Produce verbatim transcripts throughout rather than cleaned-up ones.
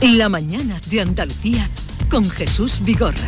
La mañana de Andalucía con Jesús Vigorra.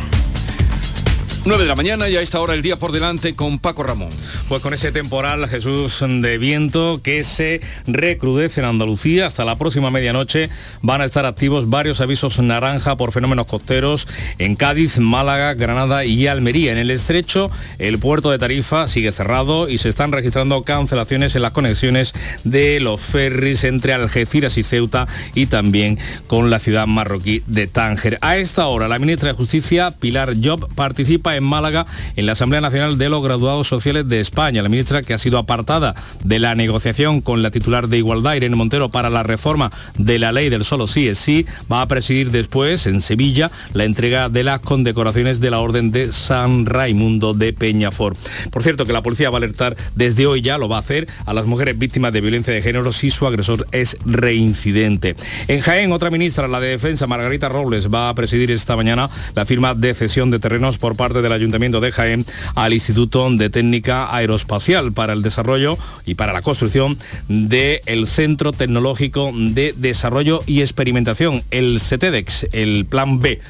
nueve de la mañana y a esta hora el día por delante con Paco Ramón. Pues con ese temporal, Jesús, de viento que se recrudece en Andalucía hasta la próxima medianoche, van a estar activos varios avisos naranja por fenómenos costeros en Cádiz, Málaga, Granada y Almería. En el estrecho, el puerto de Tarifa sigue cerrado y se están registrando cancelaciones en las conexiones de los ferries entre Algeciras y Ceuta y también con la ciudad marroquí de Tánger. A esta hora, la ministra de Justicia, Pilar Llop, participa en Málaga en la Asamblea Nacional de los Graduados Sociales de España. La ministra, que ha sido apartada de la negociación con la titular de Igualdad, Irene Montero, para la reforma de la ley del solo sí es sí, va a presidir después en Sevilla la entrega de las condecoraciones de la Orden de San Raimundo de Peñafort. Por cierto, que la policía va a alertar desde hoy, ya lo va a hacer, a las mujeres víctimas de violencia de género si su agresor es reincidente. En Jaén, otra ministra, la de Defensa, Margarita Robles, va a presidir esta mañana la firma de cesión de terrenos por parte del Ayuntamiento de Jaén al Instituto de Técnica Aeroespacial para el desarrollo y para la construcción del Centro Tecnológico de Desarrollo y Experimentación, el CETEDEX, el plan B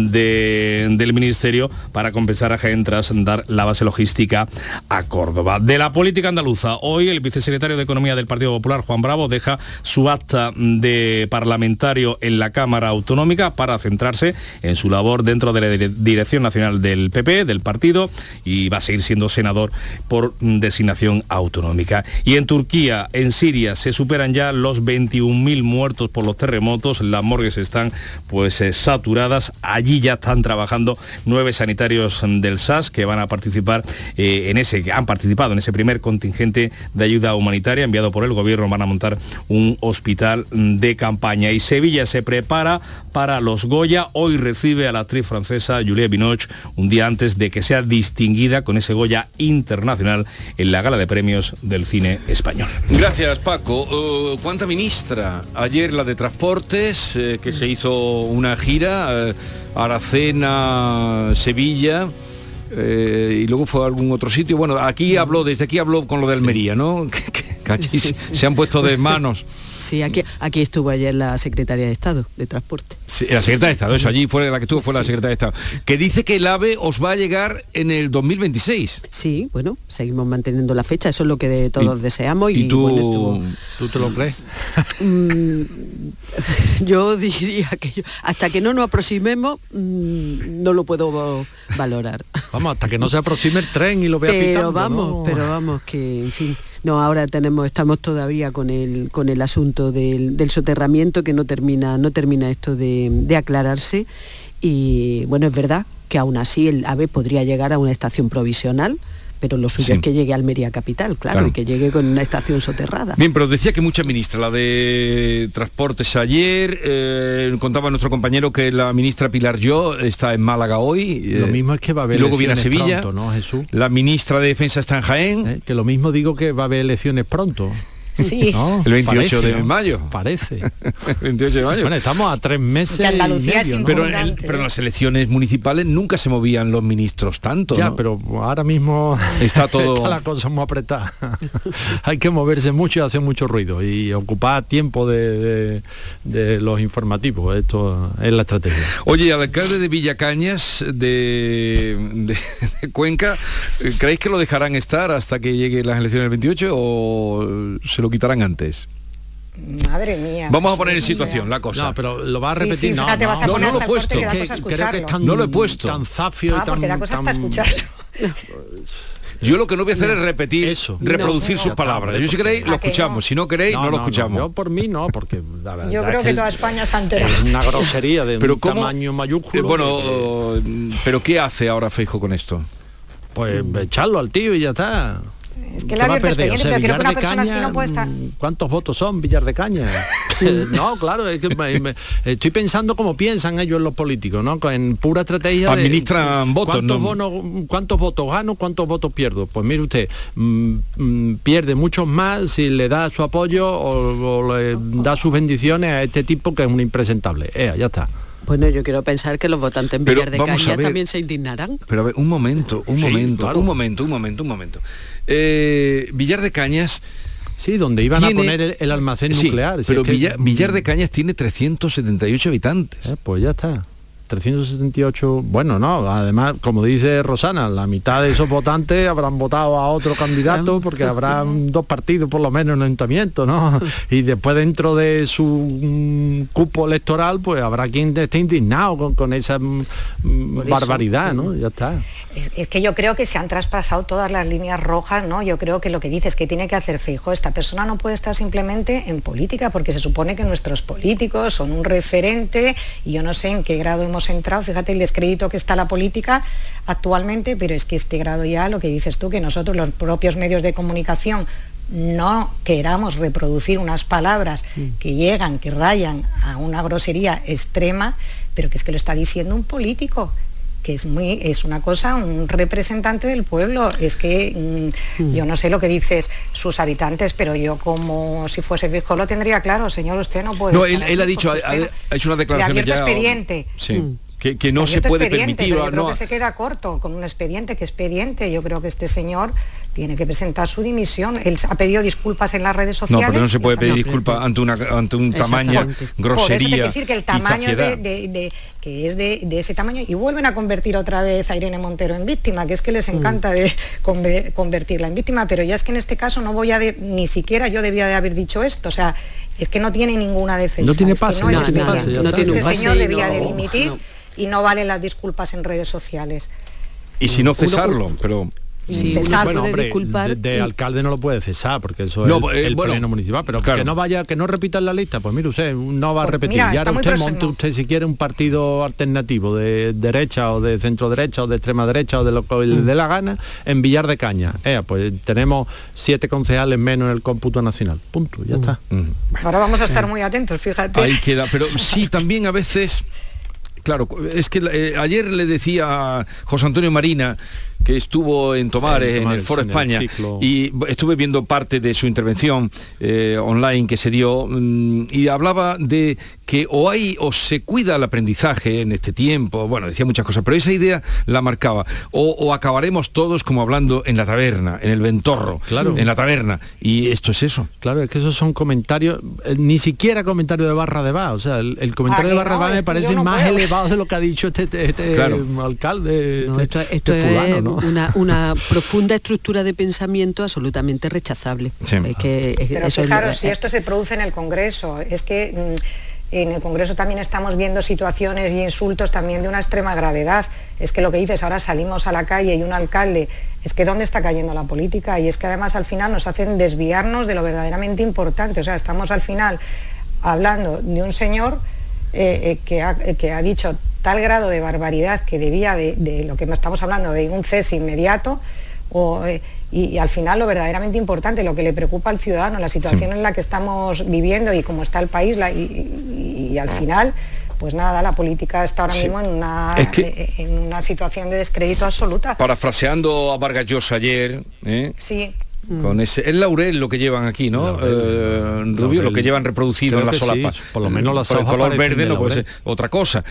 de, del Ministerio para compensar a Jaén tras dar la base logística a Córdoba. De la política andaluza, hoy el vicesecretario de Economía del Partido Popular, Juan Bravo, deja su acta de parlamentario en la Cámara Autonómica para centrarse en su labor dentro de la Dirección Nacional del P P, del partido, y va a seguir siendo senador por designación autonómica. Y en Turquía, en Siria, se superan ya los veintiún mil muertos por los terremotos, las morgues están pues eh, saturadas, allí ya están trabajando nueve sanitarios del S A S que van a participar eh, en ese, que han participado en ese primer contingente de ayuda humanitaria enviado por el gobierno, van a montar un hospital de campaña. Y Sevilla se prepara para los Goya, hoy recibe a la actriz francesa Juliette Binoche, un día antes de que sea distinguida con ese Goya internacional en la gala de premios del cine español. Gracias, Paco. Uh, ¿Cuánta ministra? Ayer la de Transportes, eh, que se hizo una gira, eh, Aracena, Sevilla, eh, y luego fue a algún otro sitio. Bueno, aquí habló, desde aquí habló con lo de Almería, ¿no? Cachis, se han puesto de manos. Sí, aquí, aquí estuvo ayer la secretaria de Estado de Transporte. Sí, la secretaria de Estado, eso, allí fue la que estuvo, fue sí. La secretaria de Estado. Que dice que el AVE os va a llegar en el dos mil veintiséis. Sí, bueno, seguimos manteniendo la fecha, eso es lo que de todos y, deseamos. Y, y tú, bueno, estuvo... ¿tú te lo crees? Mm, yo diría que yo, hasta que no nos aproximemos, mmm, no lo puedo valorar. Vamos, hasta que no se aproxime el tren y lo vea pero pitando, vamos, ¿no? Pero vamos, que en fin... No, ahora tenemos, estamos todavía con el con el asunto del, del soterramiento que no termina, no termina esto de, de aclararse y bueno, es verdad que aún así el AVE podría llegar a una estación provisional, pero lo suyo sí. es que llegue a Almería capital, claro, claro, y que llegue con una estación soterrada. Bien, pero decía que mucha ministra, la de Transportes ayer, eh, contaba nuestro compañero que la ministra Pilar Llop está en Málaga hoy. Eh, lo mismo es que va a haber luego viene a Sevilla, pronto, ¿no, Jesús? La ministra de Defensa está en Jaén. Eh, que lo mismo digo que va a haber elecciones pronto. Sí. No, el veintiocho parece, de ¿no? mayo. Parece. veintiocho de mayo. Bueno, estamos a tres meses. Que Andalucía y medio, es ¿no? Pero, en, pero en las elecciones municipales nunca se movían los ministros tanto. Ya, ¿no? pero ahora mismo está todo. Está la cosa muy apretada. Hay que moverse mucho y hacer mucho ruido y ocupar tiempo de, de, de los informativos. Esto es la estrategia. Oye, al alcalde de Villacañas de, de, de Cuenca, ¿creéis que lo dejarán estar hasta que lleguen las elecciones del veintiocho o se lo quitarán antes? Madre mía. Vamos a poner en situación la cosa. No, pero lo va a repetir. Sí, sí, no, fíjate, no, vas a no, poner no lo he hasta el puesto. corte que da Que, cosa creo que es tan, no lo he puesto. tan zafio ah, y tan... porque da cosa tan... hasta escucharlo. Yo lo que no voy a hacer es repetir, eso, reproducir no, sus no, palabras. Yo si queréis lo escuchamos, no? Si no queréis no, no lo escuchamos. No, yo por mí no, porque la verdad yo creo es que, que toda España se ha enterado. Es una grosería de pero un ¿cómo? Tamaño mayúsculo. Eh, bueno, que... pero ¿qué hace ahora Feijóo con esto? Pues echarlo al tío y ya está. Es que la abierto expediente, pero creo que una persona así no puede estar. ¿Cuántos votos son Villar de Cañas? No, claro, es que me, me, estoy pensando como piensan ellos los políticos, ¿no? En pura estrategia. Administran de, votos, ¿cuántos, ¿no? bonos, ¿Cuántos votos gano? ¿Cuántos votos pierdo? Pues mire usted, mmm, mmm, pierde muchos más si le da su apoyo o, o le da sus bendiciones a este tipo que es un impresentable. Ea, ya está. Bueno, yo quiero pensar que los votantes en Villar de Cañas también se indignarán. Pero a ver, un momento, un sí, momento, claro. un momento, un momento, un momento. Eh, Villar de Cañas Sí, donde iban tiene, a poner el, el almacén sí, nuclear. Si pero es que, Villar, Villar de Cañas tiene trescientos setenta y ocho habitantes. Eh, pues ya está. trescientos setenta y ocho, bueno, no, además, como dice Rosana, la mitad de esos votantes habrán votado a otro candidato porque habrá dos partidos por lo menos en el ayuntamiento, ¿no? Y después dentro de su mm, cupo electoral, pues habrá quien esté indignado con, con esa mm, barbaridad, ¿no? Ya está. Es, es que yo creo que se han traspasado todas las líneas rojas, ¿no? Yo creo que lo que dice es que tiene que hacer Feijóo. Esta persona no puede estar simplemente en política, porque se supone que nuestros políticos son un referente, y yo no sé en qué grado hemos entrado, fíjate el descrédito que está la política actualmente, pero es que este grado ya, lo que dices tú, que nosotros los propios medios de comunicación no queramos reproducir unas palabras que llegan, que rayan a una grosería extrema, pero que es que lo está diciendo un político, que es muy es una cosa, un representante del pueblo. Es que mmm, yo no sé lo que dices sus habitantes, pero yo, como si fuese Feijóo, lo tendría claro. Señor, usted no puede no estar él, él ha dicho ha, usted, ha hecho una declaración le ha abierto ya, expediente. Sí. Mm. Que, que no se puede permitir. Pero yo creo no, que se queda corto con un expediente. ¿Qué expediente? Yo creo que este señor tiene que presentar su dimisión. Él ha pedido disculpas en las redes sociales. No, pero no se puede pedir disculpas ante una ante un tamaño grosería. Por eso te quiero decir que el tamaño es de, de, de, que es de, de ese tamaño, y vuelven a convertir otra vez a Irene Montero en víctima, que es que les encanta de convertirla en víctima, pero ya es que en este caso no voy a de, ni siquiera yo debía de haber dicho esto, o sea, es que no tiene ninguna defensa. No tiene pase, es que no, no, tiene pase, no, no tiene este pase señor debía no, de dimitir no. Y no valen las disculpas en redes sociales. Y si no cesarlo, uno, pero... Sí, Cesar, bueno, hombre, disculpar, de, de alcalde no lo puede cesar porque eso no, es eh, el bueno, pleno municipal, pero claro. que no vaya, que no repita en la lista, pues mire usted, no va a repetir. Mira, y ahora usted próximo. monte usted si quiere un partido alternativo de derecha o de centro derecha o de extrema derecha o de lo que le dé la gana en Villar de Cañas. Eh, pues tenemos siete concejales menos en el cómputo nacional. Punto, ya mm. está. Mm. Ahora vamos a estar muy atentos, fíjate. Ahí queda, pero sí, también a veces... Claro, es que eh, ayer le decía a José Antonio Marina, que estuvo en Tomares, sí, en el Foro España, el y estuve viendo parte de su intervención eh, online que se dio, mmm, y hablaba de que o hay o se cuida el aprendizaje en este tiempo, bueno, decía muchas cosas, pero esa idea la marcaba, o, o acabaremos todos como hablando en la taberna, en el Ventorro, claro. En la taberna, y esto es eso. Claro, es que esos son comentarios, eh, ni siquiera comentarios de Barra de Bá, o sea, el, el comentario ah, de Barra de no, Bá me parece no más puedo. elevado de lo que ha dicho este, este claro. alcalde. No, esto esto de fulano, es ¿no? una, una profunda estructura de pensamiento absolutamente rechazable. Sí. Es que, es, Pero eso fijaros, es, si esto se produce en el Congreso, es que... Mmm, en el Congreso también estamos viendo situaciones y insultos también de una extrema gravedad. Es que lo que dices, ahora salimos a la calle y un alcalde, es que ¿dónde está cayendo la política? Y es que además al final nos hacen desviarnos de lo verdaderamente importante. O sea, estamos al final hablando de un señor eh, eh, que, ha, eh, que ha dicho tal grado de barbaridad que debía de, de lo que estamos hablando, de un cese inmediato, o... Eh, Y, y al final lo verdaderamente importante, lo que le preocupa al ciudadano, la situación sí. en la que estamos viviendo y cómo está el país, la, y, y, y al final, pues nada, la política está ahora mismo sí. en, una, es que, en una situación de descrédito absoluta. Parafraseando a Vargas Llosa ayer, ¿eh? Sí. Con ese, es laurel lo que llevan aquí, ¿no? Laurel, eh, Rubio, lo que llevan reproducido en la solapa. Sí, por lo menos las por el color verde no puede ser otra cosa.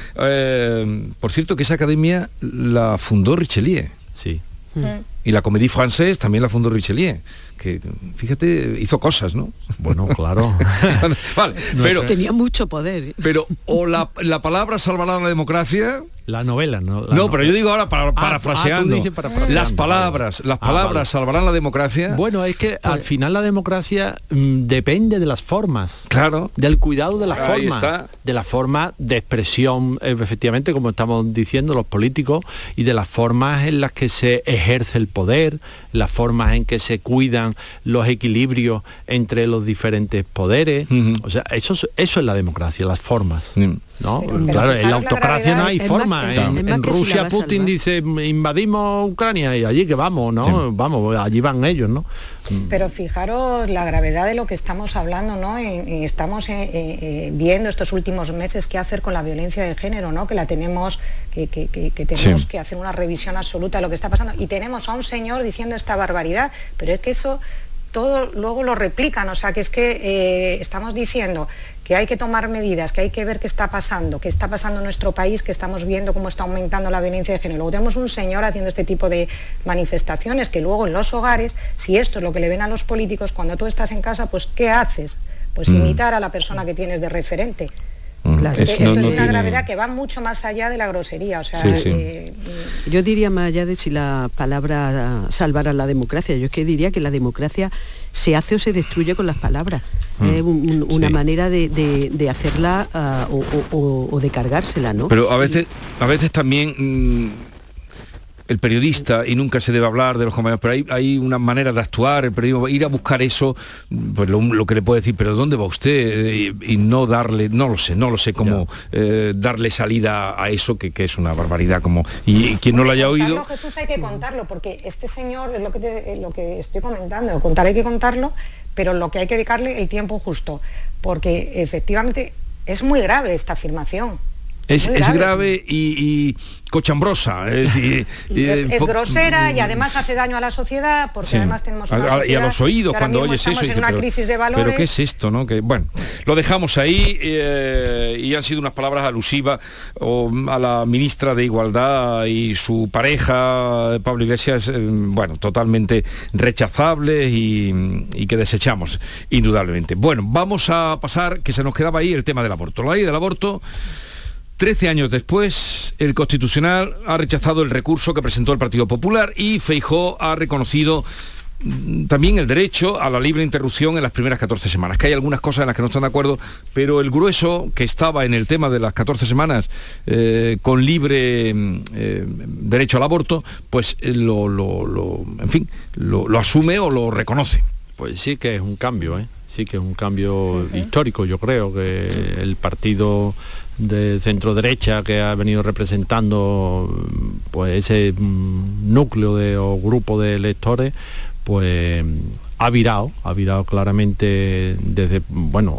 Eh, por cierto, que esa academia la fundó Richelieu. Sí. Mm. Y la Comédie Française también la fundó Richelieu, que fíjate, hizo cosas, ¿no? Bueno, claro. Vale, no, pero tenía mucho poder. Pero o la, la palabra salvará la democracia. La novela, ¿no? La no, no pero yo digo ahora para, ah, parafraseando. Ah, parafraseando. Las palabras, las palabras ah, vale. salvarán la democracia. Bueno, es que al final la democracia mmm, depende de las formas. Claro. Del cuidado de la Ahí forma. Está. De la forma de expresión, efectivamente, como estamos diciendo los políticos, y de las formas en las que se ejerce el poder, las formas en que se cuidan los equilibrios entre los diferentes poderes. Uh-huh. O sea, eso, eso es la democracia, las formas. Uh-huh. ¿No? Pero, pero claro, en la autocracia no hay forma. Más, en en Rusia si Putin dice invadimos Ucrania y allí que vamos, ¿no? Sí. Vamos, allí van ellos, ¿no? Pero fijaros la gravedad de lo que estamos hablando, ¿no? Y, y estamos eh, eh, viendo estos últimos meses qué hacer con la violencia de género, ¿no? Que la tenemos, que, que, que, que tenemos sí. que hacer una revisión absoluta de lo que está pasando. Y tenemos a un señor diciendo esta barbaridad, pero es que eso todo luego lo replican, o sea que es que eh, estamos diciendo que hay que tomar medidas, que hay que ver qué está pasando, qué está pasando en nuestro país, que estamos viendo cómo está aumentando la violencia de género. Luego tenemos un señor haciendo este tipo de manifestaciones que luego en los hogares, si esto es lo que le ven a los políticos, cuando tú estás en casa, pues ¿qué haces? Pues mm. imitar a la persona que tienes de referente. Claro, es, esto no, es no una tiene... gravedad que va mucho más allá de la grosería, o sea, sí, sí. Eh, yo diría más allá de si la palabra salvara la democracia, yo es que diría que la democracia se hace o se destruye con las palabras. Es mm. eh, un, una sí. manera de, de, de hacerla uh, o, o, o de cargársela, ¿no? Pero a veces, a veces también mmm, el periodista, y nunca se debe hablar de los compañeros, pero hay, hay una manera de actuar, el periodismo, ir a buscar eso, pues lo, lo que le puede decir, pero ¿dónde va usted? Y, y no darle, no lo sé, no lo sé cómo eh, darle salida a eso, que, que es una barbaridad, como y, y quien no lo haya contarlo, oído... Jesús, hay que contarlo, porque este señor, es lo que, te, lo que estoy comentando, contar hay que contarlo, pero lo que hay que dedicarle el tiempo justo, porque efectivamente es muy grave esta afirmación. Es, es grave y, y cochambrosa. Es, y, y, es, es grosera y además hace daño a la sociedad, porque sí. además tenemos una sociedad y a los oídos cuando oyes eso. En una pero, crisis de valores. Pero ¿qué es esto? ¿No? Que, bueno, lo dejamos ahí eh, y han sido unas palabras alusivas oh, a la ministra de Igualdad y su pareja, Pablo Iglesias, eh, bueno, totalmente rechazables y, y que desechamos, indudablemente. Bueno, vamos a pasar, que se nos quedaba ahí el tema del aborto. La ley del aborto... Trece años después, el Constitucional ha rechazado el recurso que presentó el Partido Popular y Feijóo ha reconocido también el derecho a la libre interrupción en las primeras catorce semanas, que hay algunas cosas en las que no están de acuerdo, pero el grueso que estaba en el tema de las catorce semanas eh, con libre eh, derecho al aborto, pues eh, lo, lo, lo, en fin, lo, lo asume o lo reconoce. Pues sí que es un cambio, ¿eh? Sí que es un cambio uh-huh. histórico, yo creo, que el partido de centro derecha que ha venido representando pues ese núcleo de, o grupo de electores, pues ha virado, ha virado claramente desde, bueno,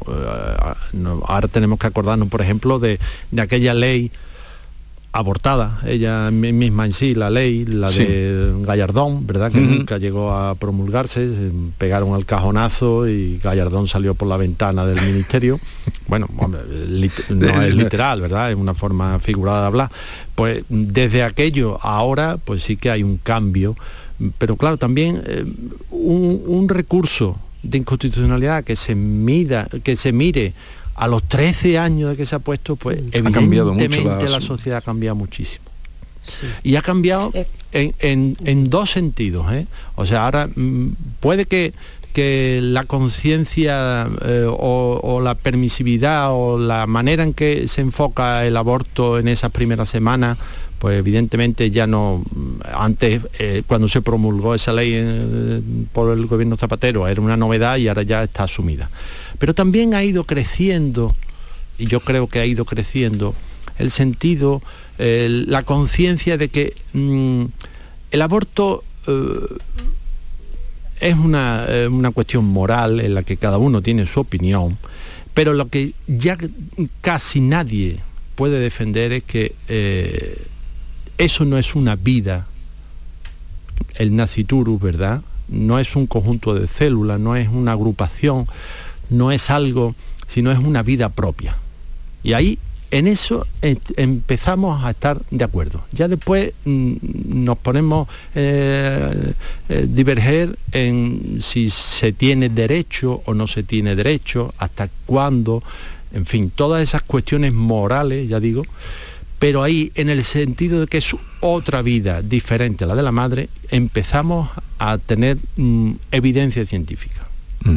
ahora tenemos que acordarnos, por ejemplo, de, de aquella ley abortada, ella misma en sí, la ley, la sí. de Gallardón, ¿verdad? Que uh-huh. nunca llegó a promulgarse, se pegaron al cajonazo y Gallardón salió por la ventana del ministerio. Bueno, lit- no es literal, ¿verdad? Es una forma figurada de hablar. Pues desde aquello a ahora, pues sí que hay un cambio, pero claro, también eh, un, un recurso de inconstitucionalidad que se mida, que se mire a los trece años de que se ha puesto, pues ha evidentemente mucho la... la sociedad ha cambiado muchísimo. Sí. Y ha cambiado en, en, en dos sentidos, ¿eh? O sea, ahora mmm, puede que, que la conciencia eh, o, o la permisividad o la manera en que se enfoca el aborto en esas primeras semanas, pues evidentemente ya no, antes eh, cuando se promulgó esa ley eh, por el gobierno Zapatero era una novedad y ahora ya está asumida. Pero también ha ido creciendo, y yo creo que ha ido creciendo, el sentido, eh, la conciencia de que mmm, el aborto eh, es una, eh, una cuestión moral en la que cada uno tiene su opinión, pero lo que ya casi nadie puede defender es que eh, eso no es una vida, el naciturus, ¿verdad? No es un conjunto de células, no es una agrupación, no es algo, sino es una vida propia. Y ahí, en eso, eh, empezamos a estar de acuerdo. Ya después mmm, nos ponemos eh, eh, diverger en si se tiene derecho o no se tiene derecho, hasta cuándo, en fin, todas esas cuestiones morales, ya digo, pero ahí, en el sentido de que es otra vida diferente a la de la madre, empezamos a tener mmm, evidencia científica. Mm.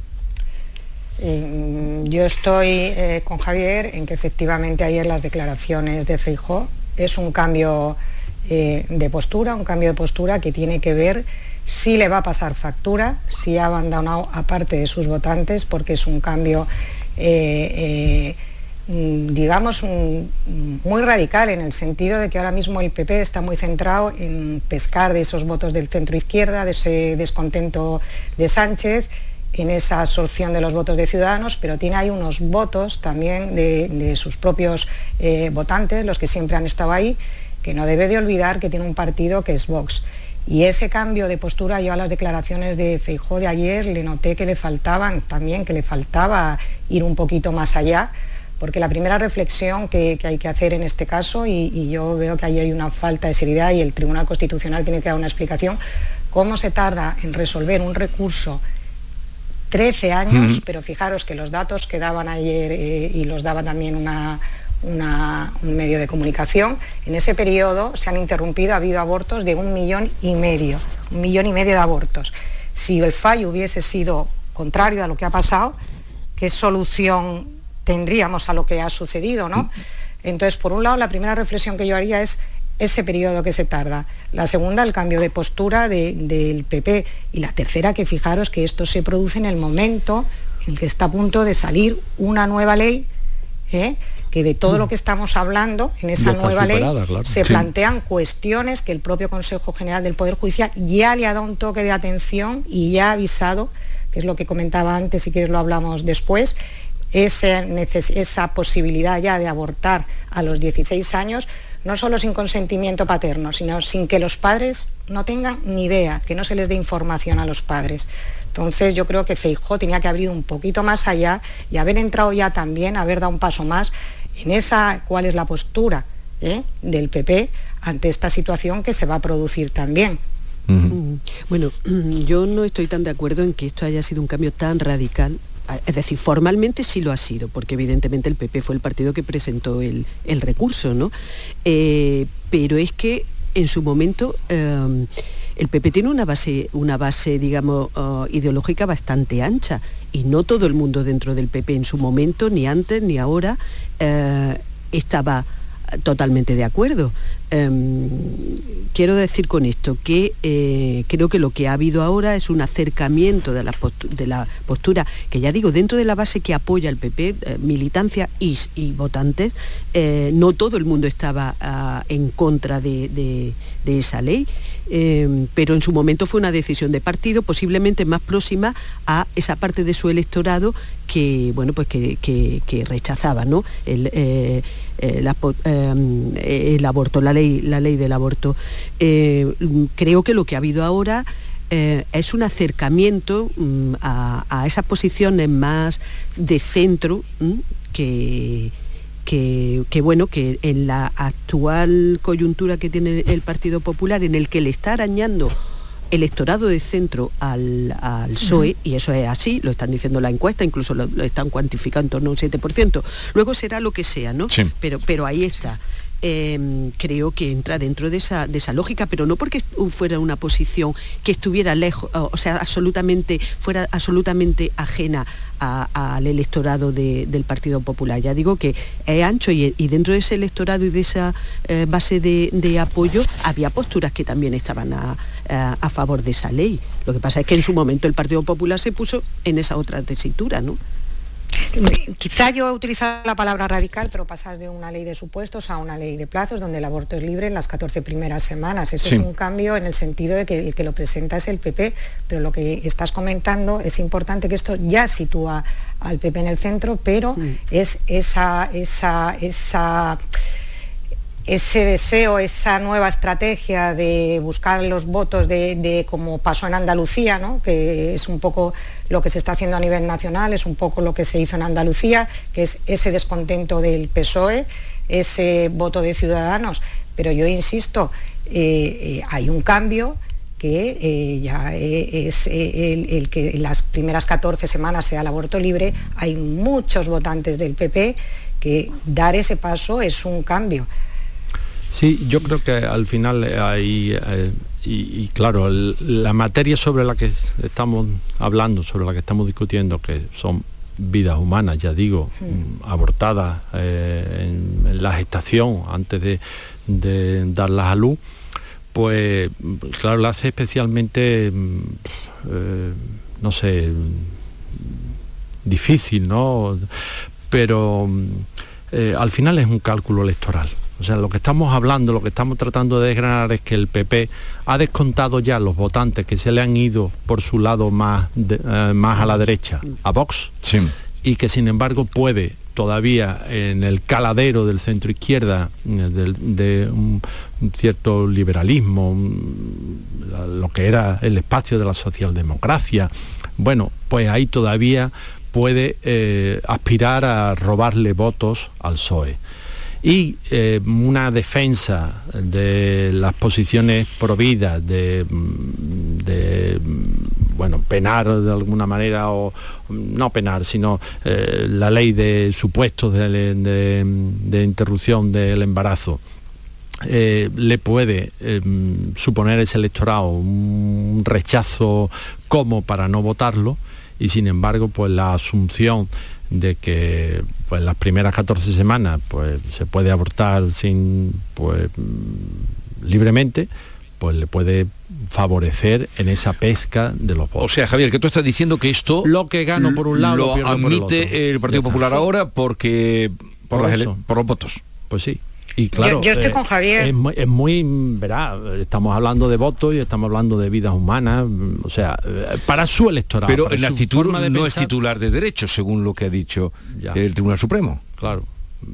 Eh, yo estoy eh, con Javier en que efectivamente ayer las declaraciones de Feijóo es un cambio eh, de postura, un cambio de postura que tiene que ver si le va a pasar factura, si ha abandonado a parte de sus votantes, porque es un cambio eh, eh, digamos muy radical, en el sentido de que ahora mismo el P P está muy centrado en pescar de esos votos del centro izquierda, de ese descontento de Sánchez, en esa absorción de los votos de Ciudadanos, pero tiene ahí unos votos también de, de sus propios eh, votantes, los que siempre han estado ahí, que no debe de olvidar que tiene un partido que es Vox. Y ese cambio de postura, yo a las declaraciones de Feijóo de ayer le noté que le faltaban también, que le faltaba ir un poquito más allá, porque la primera reflexión que, que hay que hacer en este caso, y, y yo veo que ahí hay una falta de seriedad y el Tribunal Constitucional tiene que dar una explicación, cómo se tarda en resolver un recurso trece años, mm. pero fijaros que los datos que daban ayer eh, y los daba también una... Una, un medio de comunicación, en ese periodo se han interrumpido, ha habido abortos de un millón y medio, un millón y medio de abortos. Si el fallo hubiese sido contrario a lo que ha pasado, ¿qué solución tendríamos a lo que ha sucedido, ¿no? Entonces, por un lado, la primera reflexión que yo haría es ese periodo que se tarda. La segunda, el cambio de postura de, del P P. Y la tercera, que fijaros que esto se produce en el momento en el que está a punto de salir una nueva ley, ¿eh? que de todo lo que estamos hablando en esa nueva superada, ley claro. se sí. plantean cuestiones que el propio Consejo General del Poder Judicial ya le ha dado un toque de atención y ya ha avisado, que es lo que comentaba antes, si quieres lo hablamos después, esa, esa posibilidad ya de abortar a los dieciséis años, no solo sin consentimiento paterno, sino sin que los padres no tengan ni idea, que no se les dé información a los padres. Entonces yo creo que Feijóo tenía que haber ido un poquito más allá y haber entrado ya también, haber dado un paso más en esa, cuál es la postura ¿eh? del P P ante esta situación que se va a producir también. Uh-huh. Bueno, yo no estoy tan de acuerdo en que esto haya sido un cambio tan radical. Es decir, formalmente sí lo ha sido, porque evidentemente el P P fue el partido que presentó el, el recurso, ¿no? Eh, pero es que en su momento eh, el P P tiene una base, una base, digamos, uh, ideológica bastante ancha, y no todo el mundo dentro del P P en su momento, ni antes ni ahora, eh, estaba totalmente de acuerdo. Eh, quiero decir con esto que eh, creo que lo que ha habido ahora es un acercamiento de la, postu- de la postura, que ya digo, dentro de la base que apoya el P P, eh, militancia y, y votantes, eh, no todo el mundo estaba uh, en contra de, de, de esa ley, eh, pero en su momento fue una decisión de partido, posiblemente más próxima a esa parte de su electorado que, bueno, pues que, que, que rechazaba, ¿no? el, eh, eh, la, eh, el aborto, la ley la ley del aborto. Eh, creo que lo que ha habido ahora eh, es un acercamiento um, a, a esas posiciones más de centro um, que, que, que bueno, que en la actual coyuntura que tiene el Partido Popular, en el que le está arañando electorado de centro al, al P S O E, uh-huh. y eso es así, lo están diciendo la encuesta, incluso lo, lo están cuantificando en torno a un siete por ciento. Luego será lo que sea, ¿no? Sí. Pero, pero ahí está. Eh, creo que entra dentro de esa, de esa lógica, pero no porque fuera una posición que estuviera lejos, o sea, absolutamente, fuera absolutamente ajena a, al electorado de, del Partido Popular. Ya digo que es ancho y, y dentro de ese electorado y de esa eh, base de, de apoyo había posturas que también estaban a, a, a favor de esa ley. Lo que pasa es que en su momento el Partido Popular se puso en esa otra tesitura, ¿no? Quizá yo he utilizado la palabra radical, pero pasas de una ley de supuestos a una ley de plazos, donde el aborto es libre en las catorce primeras semanas. Eso sí. es un cambio en el sentido de que el que lo presenta es el P P, pero lo que estás comentando es importante, que esto ya sitúa al P P en el centro, pero mm. es esa, esa, esa, ese deseo, esa nueva estrategia de buscar los votos de, de como pasó en Andalucía, ¿no? Que es un poco lo que se está haciendo a nivel nacional, es un poco lo que se hizo en Andalucía, que es ese descontento del P S O E, ese voto de Ciudadanos. Pero yo insisto, eh, eh, hay un cambio que eh, ya es eh, el, el que en las primeras catorce semanas sea el aborto libre. Hay muchos votantes del P P que dar ese paso es un cambio. Sí, yo creo que al final hay, eh, y, y claro, el, la materia sobre la que estamos hablando, sobre la que estamos discutiendo, que son vidas humanas, ya digo, mm. abortadas eh, en, en la gestación antes de, de darlas a luz, pues claro, la hace especialmente, eh, no sé, difícil, ¿no? Pero eh, al final es un cálculo electoral. O sea, lo que estamos hablando, lo que estamos tratando de desgranar es que el P P ha descontado ya los votantes que se le han ido por su lado más, de, eh, más a la derecha, a Vox, sí. y que sin embargo puede todavía en el caladero del centro izquierda de, de un, un cierto liberalismo, un, lo que era el espacio de la socialdemocracia, bueno, pues ahí todavía puede eh, aspirar a robarle votos al P S O E. Y eh, una defensa de las posiciones prohibidas, de, de bueno, penar de alguna manera, o no penar, sino eh, la ley de supuestos de, de, de interrupción del embarazo, eh, le puede eh, suponer ese electorado un rechazo como para no votarlo, y sin embargo, pues la asunción de que pues las primeras catorce semanas pues se puede abortar sin pues libremente, pues le puede favorecer en esa pesca de los votos. O sea, Javier, que tú estás diciendo que esto lo que gano por un lado lo, lo pierdo admite por el, otro. el Partido Popular sí. ahora porque por, por, las eso. por los votos. Pues sí. Y claro, yo, yo estoy eh, con Javier. Es muy, es muy, verá, estamos hablando de votos y estamos hablando de vidas humanas, o sea, para su electorado. Pero para en la su actitud forma de no pensar, es titular de derechos, según lo que ha dicho ya. el Tribunal Supremo. Claro.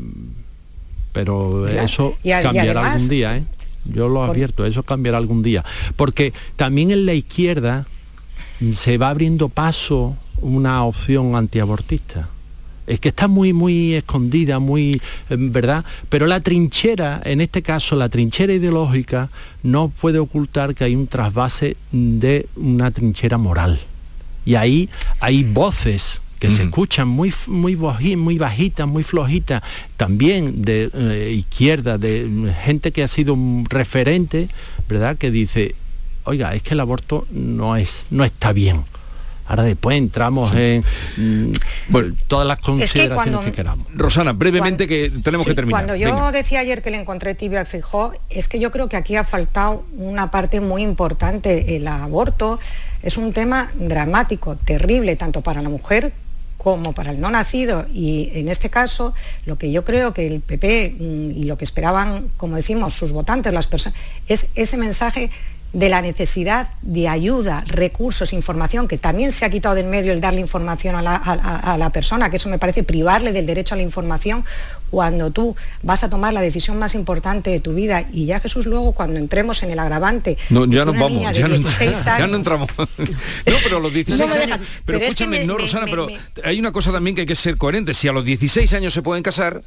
Pero ya. eso y a, cambiará y además, algún día, ¿eh? Yo lo advierto, eso cambiará algún día. Porque también en la izquierda se va abriendo paso una opción antiabortista. Es que está muy, muy escondida, muy, ¿verdad? Pero la trinchera, en este caso, la trinchera ideológica, no puede ocultar que hay un trasvase de una trinchera moral. Y ahí hay voces que mm. se escuchan muy, muy, muy bajitas, muy flojitas, también de eh, izquierda, de gente que ha sido un referente, ¿verdad? Que dice, oiga, es que el aborto no, es, no está bien. Ahora después entramos sí. en mm, bueno, todas las consideraciones es que, cuando, que queramos. Rosana, brevemente cuando, que tenemos sí, que terminar. Cuando yo Venga. decía ayer que le encontré tibia a Feijóo, es que yo creo que aquí ha faltado una parte muy importante. El aborto es un tema dramático, terrible, tanto para la mujer como para el no nacido, y en este caso lo que yo creo que el P P y lo que esperaban, como decimos, sus votantes, las personas, es ese mensaje de la necesidad de ayuda, recursos, información, que también se ha quitado del medio el darle información a la, a, a la persona, que eso me parece privarle del derecho a la información cuando tú vas a tomar la decisión más importante de tu vida. Y ya, Jesús, luego cuando entremos en el agravante, no, ya nos vamos, ya, años, ya no entramos. No, pero a los dieciséis no años, pero, pero escúchame, es que me, no, me, Rosana, me, pero me, hay una cosa también que hay que ser coherente. Si a los dieciséis años se pueden casar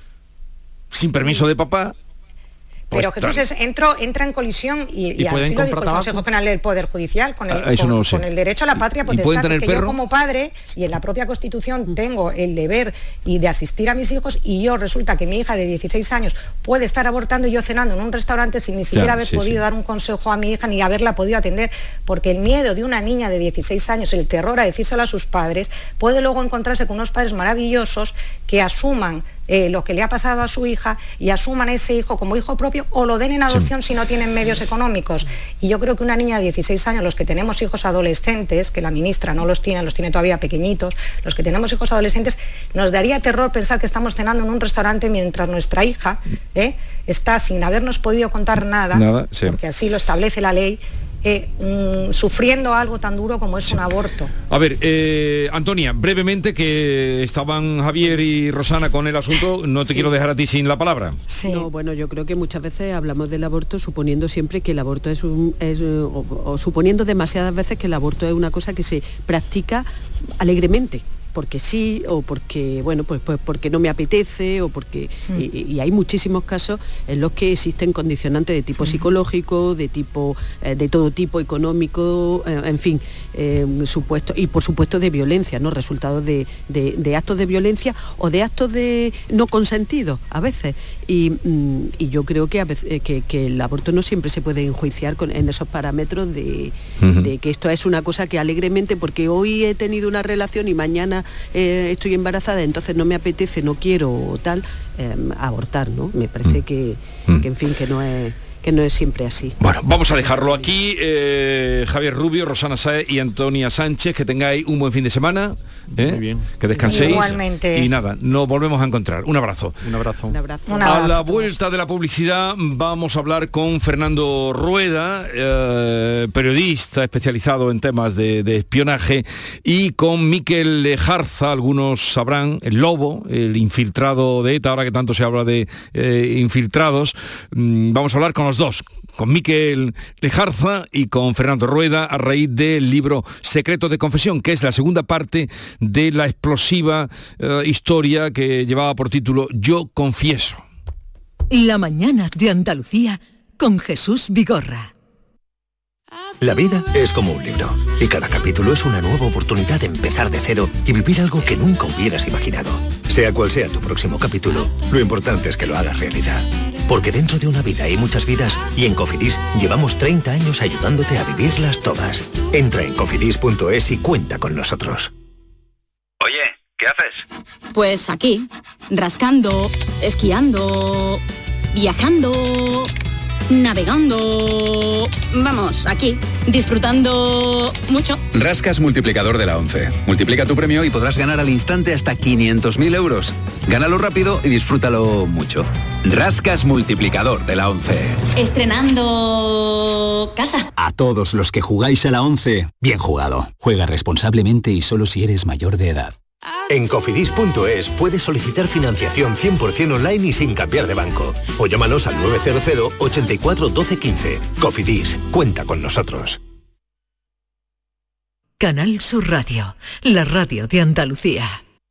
sin permiso de papá, pero pues, Jesús es, entro, entra en colisión y, y, ¿Y así lo dijo el Consejo General del Poder Judicial con el, ah, con, no no con el derecho a la patria potestad. Es que perro? yo como padre y en la propia Constitución tengo el deber y de asistir a mis hijos, y yo resulta que mi hija de dieciséis años puede estar abortando y yo cenando en un restaurante sin ni siquiera ya, haber sí, podido sí. dar un consejo a mi hija ni haberla podido atender, porque el miedo de una niña de dieciséis años, el terror a decírselo a sus padres, puede luego encontrarse con unos padres maravillosos que asuman Eh, lo que le ha pasado a su hija y asuman a ese hijo como hijo propio o lo den en adopción sí. si no tienen medios económicos. Y yo creo que una niña de dieciséis años, los que tenemos hijos adolescentes, que la ministra no los tiene, los tiene todavía pequeñitos, los que tenemos hijos adolescentes, nos daría terror pensar que estamos cenando en un restaurante mientras nuestra hija ¿eh? está sin habernos podido contar nada, nada sí. porque así lo establece la ley, Eh, mm, sufriendo algo tan duro como es sí. un aborto. A ver, eh, Antonia, brevemente, que estaban Javier y Rosana con el asunto, no te sí. quiero dejar a ti sin la palabra. Sí. No, bueno, yo creo que muchas veces hablamos del aborto suponiendo siempre que el aborto es un... Es, o, o suponiendo demasiadas veces que el aborto es una cosa que se practica alegremente, porque sí, o porque, bueno, pues, pues porque no me apetece, o porque... Mm. Y, y hay muchísimos casos en los que existen condicionantes de tipo mm. psicológico, de tipo, eh, de todo tipo, económico, eh, en fin, eh, supuesto, y por supuesto de violencia, ¿no? Resultados de, de, de actos de violencia o de actos de no consentidos, a veces. Y, mm, y yo creo que, a veces, que, que el aborto no siempre se puede enjuiciar con, en esos parámetros de, uh-huh. de que esto es una cosa que alegremente, porque hoy he tenido una relación y mañana Eh, estoy embarazada, entonces no me apetece, no quiero o tal, eh, abortar, ¿no? Me parece que, mm. que, en fin, que no es que no es siempre así. Bueno, vamos a dejarlo aquí. Eh, Javier Rubio, Rosana Sáez y Antonia Sánchez, que tengáis un buen fin de semana. ¿eh? Muy bien. Que descanséis. Igualmente. Y nada, nos volvemos a encontrar. Un abrazo. Un abrazo. Un abrazo. Un A abrazo la a todos. vuelta de la publicidad vamos a hablar con Fernando Rueda, eh, periodista especializado en temas de, de espionaje, y con Miquel Lejarza, algunos sabrán, el Lobo, el infiltrado de ETA, ahora que tanto se habla de eh, infiltrados. Mm, vamos a hablar con los dos, con Miquel Lejarza y con Fernando Rueda, a raíz del libro Secretos de Confesión, que es la segunda parte de la explosiva eh, historia que llevaba por título Yo confieso. La mañana de Andalucía con Jesús Vigorra. La vida es como un libro y cada capítulo es una nueva oportunidad de empezar de cero y vivir algo que nunca hubieras imaginado. Sea cual sea tu próximo capítulo, lo importante es que lo hagas realidad. Porque dentro de una vida hay muchas vidas y en Cofidis llevamos treinta años ayudándote a vivirlas todas. Entra en cofidis punto es y cuenta con nosotros. Oye, ¿qué haces? Pues aquí, rascando, esquiando, viajando, navegando. Vamos, aquí, disfrutando mucho. Rascas multiplicador de la ONCE. Multiplica tu premio y podrás ganar al instante hasta quinientos mil euros. Gánalo rápido y disfrútalo mucho. Rascas multiplicador de la ONCE. Estrenando casa. A todos los que jugáis a la ONCE, bien jugado. Juega responsablemente y solo si eres mayor de edad. En cofidis punto es puedes solicitar financiación cien por ciento online y sin cambiar de banco. O llámanos al nueve cero cero, ochenta y cuatro, doce, quince. Cofidis, cuenta con nosotros. Canal Sur Radio, la radio de Andalucía.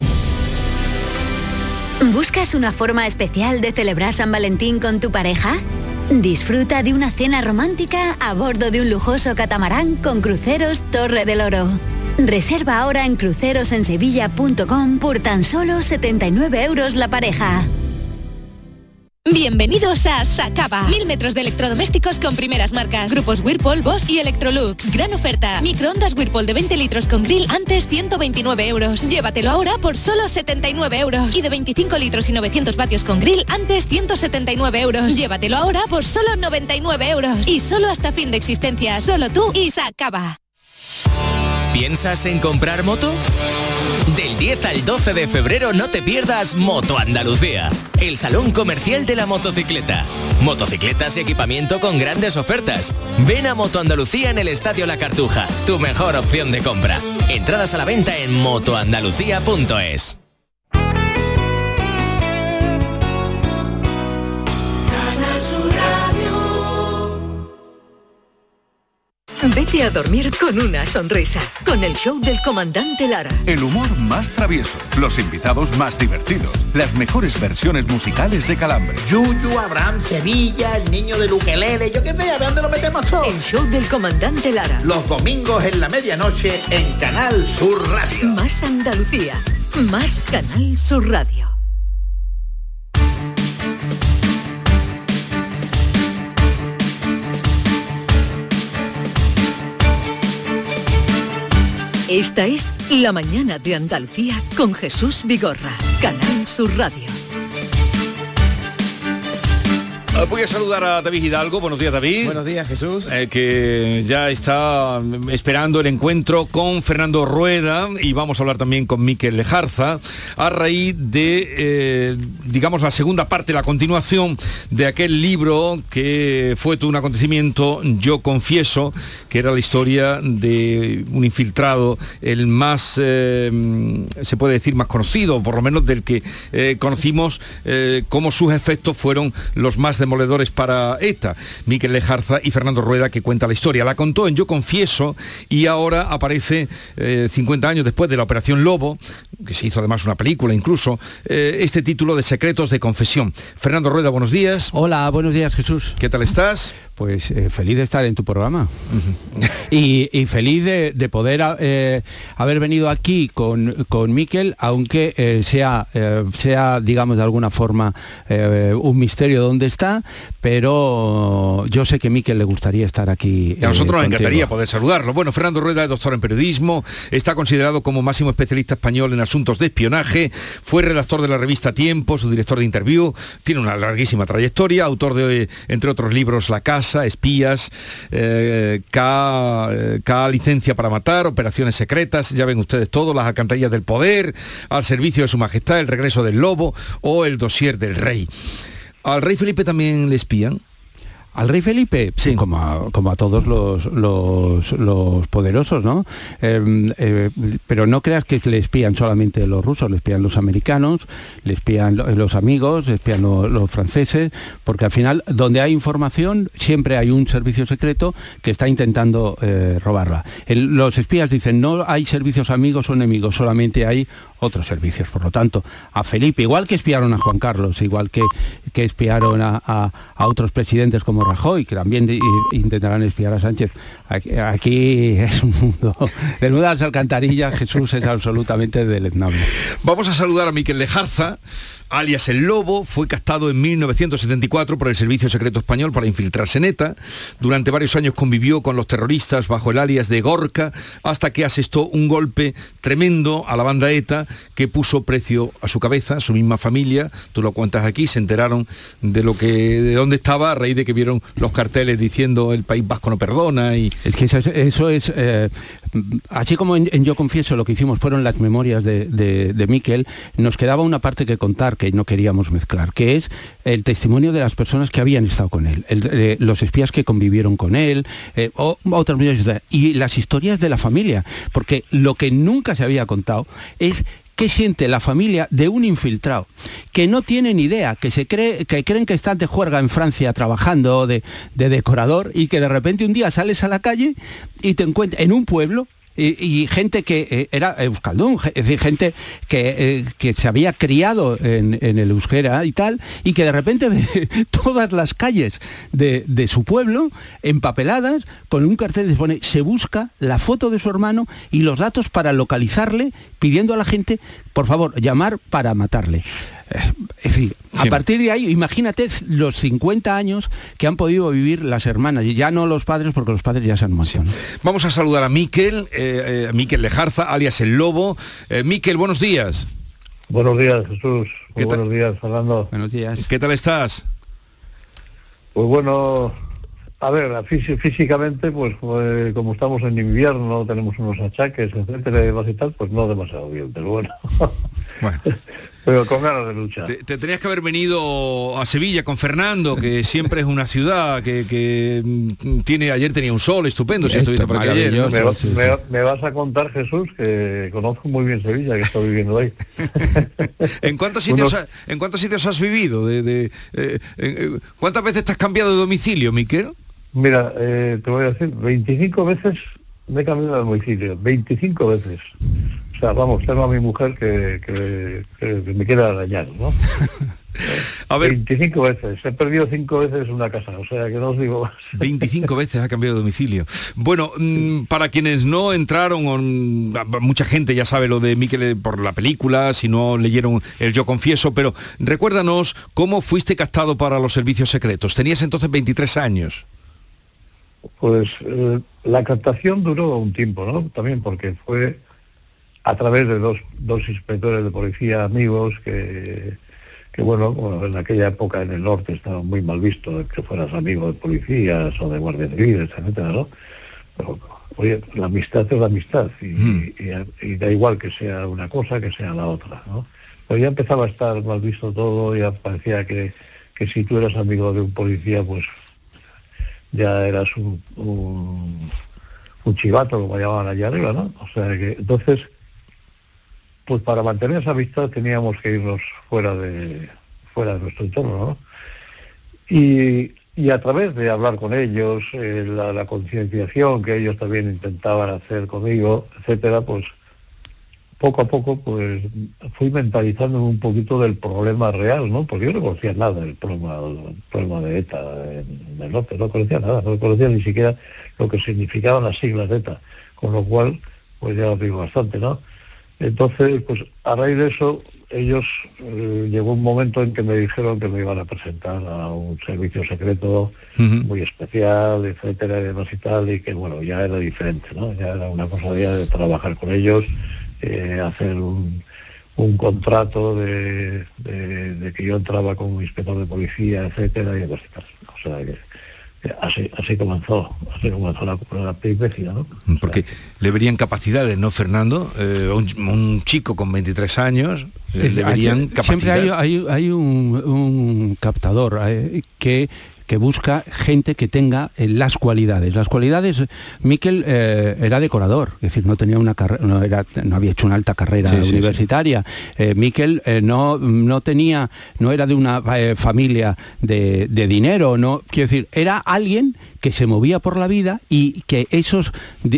¿Buscas una forma especial de celebrar San Valentín con tu pareja? Disfruta de una cena romántica a bordo de un lujoso catamarán con Cruceros Torre del Oro. Reserva ahora en crucerosensevilla punto com por tan solo setenta y nueve euros la pareja. Bienvenidos a Sacaba. Mil metros de electrodomésticos con primeras marcas. Grupos Whirlpool, Bosch y Electrolux. Gran oferta. Microondas Whirlpool de veinte litros con grill, antes ciento veintinueve euros. Llévatelo ahora por solo setenta y nueve euros. Y de veinticinco litros y novecientos vatios con grill, antes ciento setenta y nueve euros. Llévatelo ahora por solo noventa y nueve euros. Y solo hasta fin de existencia. Solo tú y Sacaba. ¿Piensas en comprar moto? Del diez al doce de febrero no te pierdas Moto Andalucía, el salón comercial de la motocicleta. Motocicletas y equipamiento con grandes ofertas. Ven a Moto Andalucía en el Estadio La Cartuja, tu mejor opción de compra. Entradas a la venta en moto andalucía punto es. Vete a dormir con una sonrisa, con el show del comandante Lara. El humor más travieso, los invitados más divertidos, las mejores versiones musicales de Calambre. Yuyu, Abraham, Sevilla, el niño del ukelele, yo qué sé, a ver dónde lo metemos todo. El show del comandante Lara. Los domingos en la medianoche en Canal Sur Radio. Más Andalucía, más Canal Sur Radio. Esta es La mañana de Andalucía con Jesús Vigorra, Canal Sur Radio. Voy a saludar a David Hidalgo. Buenos días, David. Buenos días, Jesús. Eh, que ya está esperando el encuentro con Fernando Rueda, y vamos a hablar también con Miquel Lejarza a raíz de, eh, digamos, la segunda parte, la continuación de aquel libro que fue todo un acontecimiento, Yo confieso, que era la historia de un infiltrado, el más, eh, se puede decir, más conocido, por lo menos del que eh, conocimos eh, cómo sus efectos fueron los más demoledores para ETA. Miquel Lejarza y Fernando Rueda, que cuenta la historia. La contó en Yo confieso y ahora aparece eh, cincuenta años después de la Operación Lobo, que se hizo además una película incluso, eh, este título de Secretos de Confesión. Fernando Rueda, buenos días. Hola, buenos días, Jesús. ¿Qué tal estás? Pues eh, feliz de estar en tu programa. Uh-huh. y, y feliz de, de poder eh, haber venido aquí con, con Miquel, aunque eh, sea, eh, sea, digamos, de alguna forma eh, un misterio dónde está, pero yo sé que a Miquel le gustaría estar aquí. Y a nosotros eh, nos encantaría poder saludarlo. Bueno, Fernando Rueda es doctor en periodismo, está considerado como máximo especialista español en asuntos de espionaje, fue redactor de la revista Tiempo, su director de Interview, tiene una larguísima trayectoria, autor de, entre otros libros, La Casa, Espías, eh, K, eh, K, Licencia para Matar, Operaciones Secretas, ya ven ustedes todo, Las Alcantarillas del Poder, Al Servicio de Su Majestad, El Regreso del Lobo o El Dossier del Rey. ¿Al rey Felipe también le espían? Al rey Felipe, sí, como a, como a todos los, los, los poderosos, ¿no? Eh, eh, pero no creas que le espían solamente los rusos, le espían los americanos, le espían los amigos, le espían los, los franceses, porque al final, donde hay información, siempre hay un servicio secreto que está intentando eh, robarla. El, los espías dicen, no hay servicios amigos o enemigos, solamente hay otros servicios. Por lo tanto, a Felipe, igual que espiaron a Juan Carlos, igual que, que espiaron a, a, a otros presidentes como Rajoy, que también de, intentarán espiar a Sánchez, aquí, aquí es un mundo, el mundo de las alcantarillas, Jesús, es absolutamente deleznable. Vamos a saludar a Miquel Lejarza, alias El Lobo. Fue captado en mil novecientos setenta y cuatro por el Servicio Secreto Español para infiltrarse en ETA. Durante varios años convivió con los terroristas bajo el alias de Gorka, hasta que asestó un golpe tremendo a la banda ETA que puso precio a su cabeza, a su misma familia. Tú lo cuentas aquí, se enteraron de lo que, de dónde estaba a raíz de que vieron los carteles diciendo el País Vasco no perdona. Y es que eso, eso es eh, así como en, en Yo Confieso lo que hicimos fueron las memorias de, de, de Miquel. Nos quedaba una parte que contar que no queríamos mezclar, que es el testimonio de las personas que habían estado con él, el, eh, los espías que convivieron con él, eh, o otras muchas, y las historias de la familia, porque lo que nunca se había contado es qué siente la familia de un infiltrado, que no tiene ni idea, que se cree, que creen que estás de juerga en Francia trabajando de, de decorador, y que de repente un día sales a la calle y te encuentras en un pueblo. Y, y gente que eh, era euskaldun, es decir, gente que, eh, que se había criado en, en el euskera y tal, y que de repente ve todas las calles de, de su pueblo empapeladas con un cartel que pone se busca la foto de su hermano y los datos para localizarle, pidiendo a la gente, por favor, llamar para matarle. Es decir, a sí. partir de ahí, imagínate los cincuenta años que han podido vivir las hermanas, y ya no los padres, porque los padres ya se han muerto, ¿no? Vamos a saludar a Miquel, eh, eh, Miquel Lejarza, alias El Lobo. Eh, Miquel, buenos días. Buenos días, Jesús. Muy buenos días, Fernando. Buenos días. ¿Qué tal estás? Pues bueno, a ver, fí- físicamente, pues, pues como estamos en invierno, tenemos unos achaques, etcétera, y demás y tal, pues no demasiado bien, pero bueno. Bueno. Pero con ganas de lucha. Te, te tenías que haber venido a Sevilla con Fernando, que siempre es una ciudad que, que tiene, ayer tenía un sol estupendo, si estuviste por aquí ayer. ¿No? Me, me, me vas a contar, Jesús, que conozco muy bien Sevilla, que estoy viviendo ahí. ¿En cuántos sitios, Unos... ha, ¿en cuántos sitios has vivido? De, de, eh, eh, ¿Cuántas veces te has cambiado de domicilio, Miquel? Mira, eh, te voy a decir, veinticinco veces me he cambiado de domicilio, veinticinco veces. O sea, vamos, tengo a mi mujer que, que, que, que me quiere arañar, ¿no? A ver, veinticinco veces, he perdido cinco veces una casa, o sea, que no os digo más. veinticinco veces ha cambiado de domicilio. Bueno, mmm, para quienes no entraron, o, mucha gente ya sabe lo de Miquel por la película, si no leyeron el Yo Confieso, pero recuérdanos cómo fuiste captado para los servicios secretos. Tenías entonces veintitrés años. Pues eh, la captación duró un tiempo, ¿no? También porque fue a través de dos, dos inspectores de policía amigos que, que bueno, bueno, en aquella época en el norte estaba muy mal visto que fueras amigo de policías o de guardias civiles, etcétera, ¿no? Pero, oye, la amistad es la amistad y, mm. y, y da igual que sea una cosa que sea la otra, ¿no? Pero ya empezaba a estar mal visto todo, ya parecía que, que si tú eras amigo de un policía, pues ya eras un, un, un chivato, como llamaban allá arriba, ¿no? O sea que entonces, pues para mantener esa amistad teníamos que irnos fuera de fuera de nuestro entorno, ¿no? Y, y a través de hablar con ellos, eh, la, la concienciación que ellos también intentaban hacer conmigo, etcétera, pues poco a poco pues fui mentalizando un poquito del problema real, ¿no? Porque yo no conocía nada del problema, el problema de ETA en el norte, no conocía nada, no conocía ni siquiera lo que significaban las siglas de ETA, con lo cual, pues ya lo digo bastante, ¿no? Entonces, pues a raíz de eso, ellos, eh, llegó un momento en que me dijeron que me iban a presentar a un servicio secreto uh-huh. muy especial, etcétera, y demás y tal, y que bueno, ya era diferente, ¿no? Ya era una cosa ya de trabajar con ellos, eh, hacer un, un contrato de, de, de que yo entraba como inspector de policía, etcétera, y cositas. O sea que, que así, así comenzó, así comenzó la, la peripecia, ¿no? Porque le verían capacidades, ¿no, Fernando? Eh, un, un chico con veintitrés años, le, le verían capacidades. Siempre hay, hay, hay un, un captador eh, que que busca gente que tenga eh, las cualidades. Las cualidades, Miquel eh, era decorador, es decir, no tenía una carrera, no, era, no había hecho una alta carrera sí, universitaria. Sí, sí. Eh, Miquel eh, no, no tenía, no era de una eh, familia de, de dinero, no, quiero decir, era alguien que se movía por la vida y que esos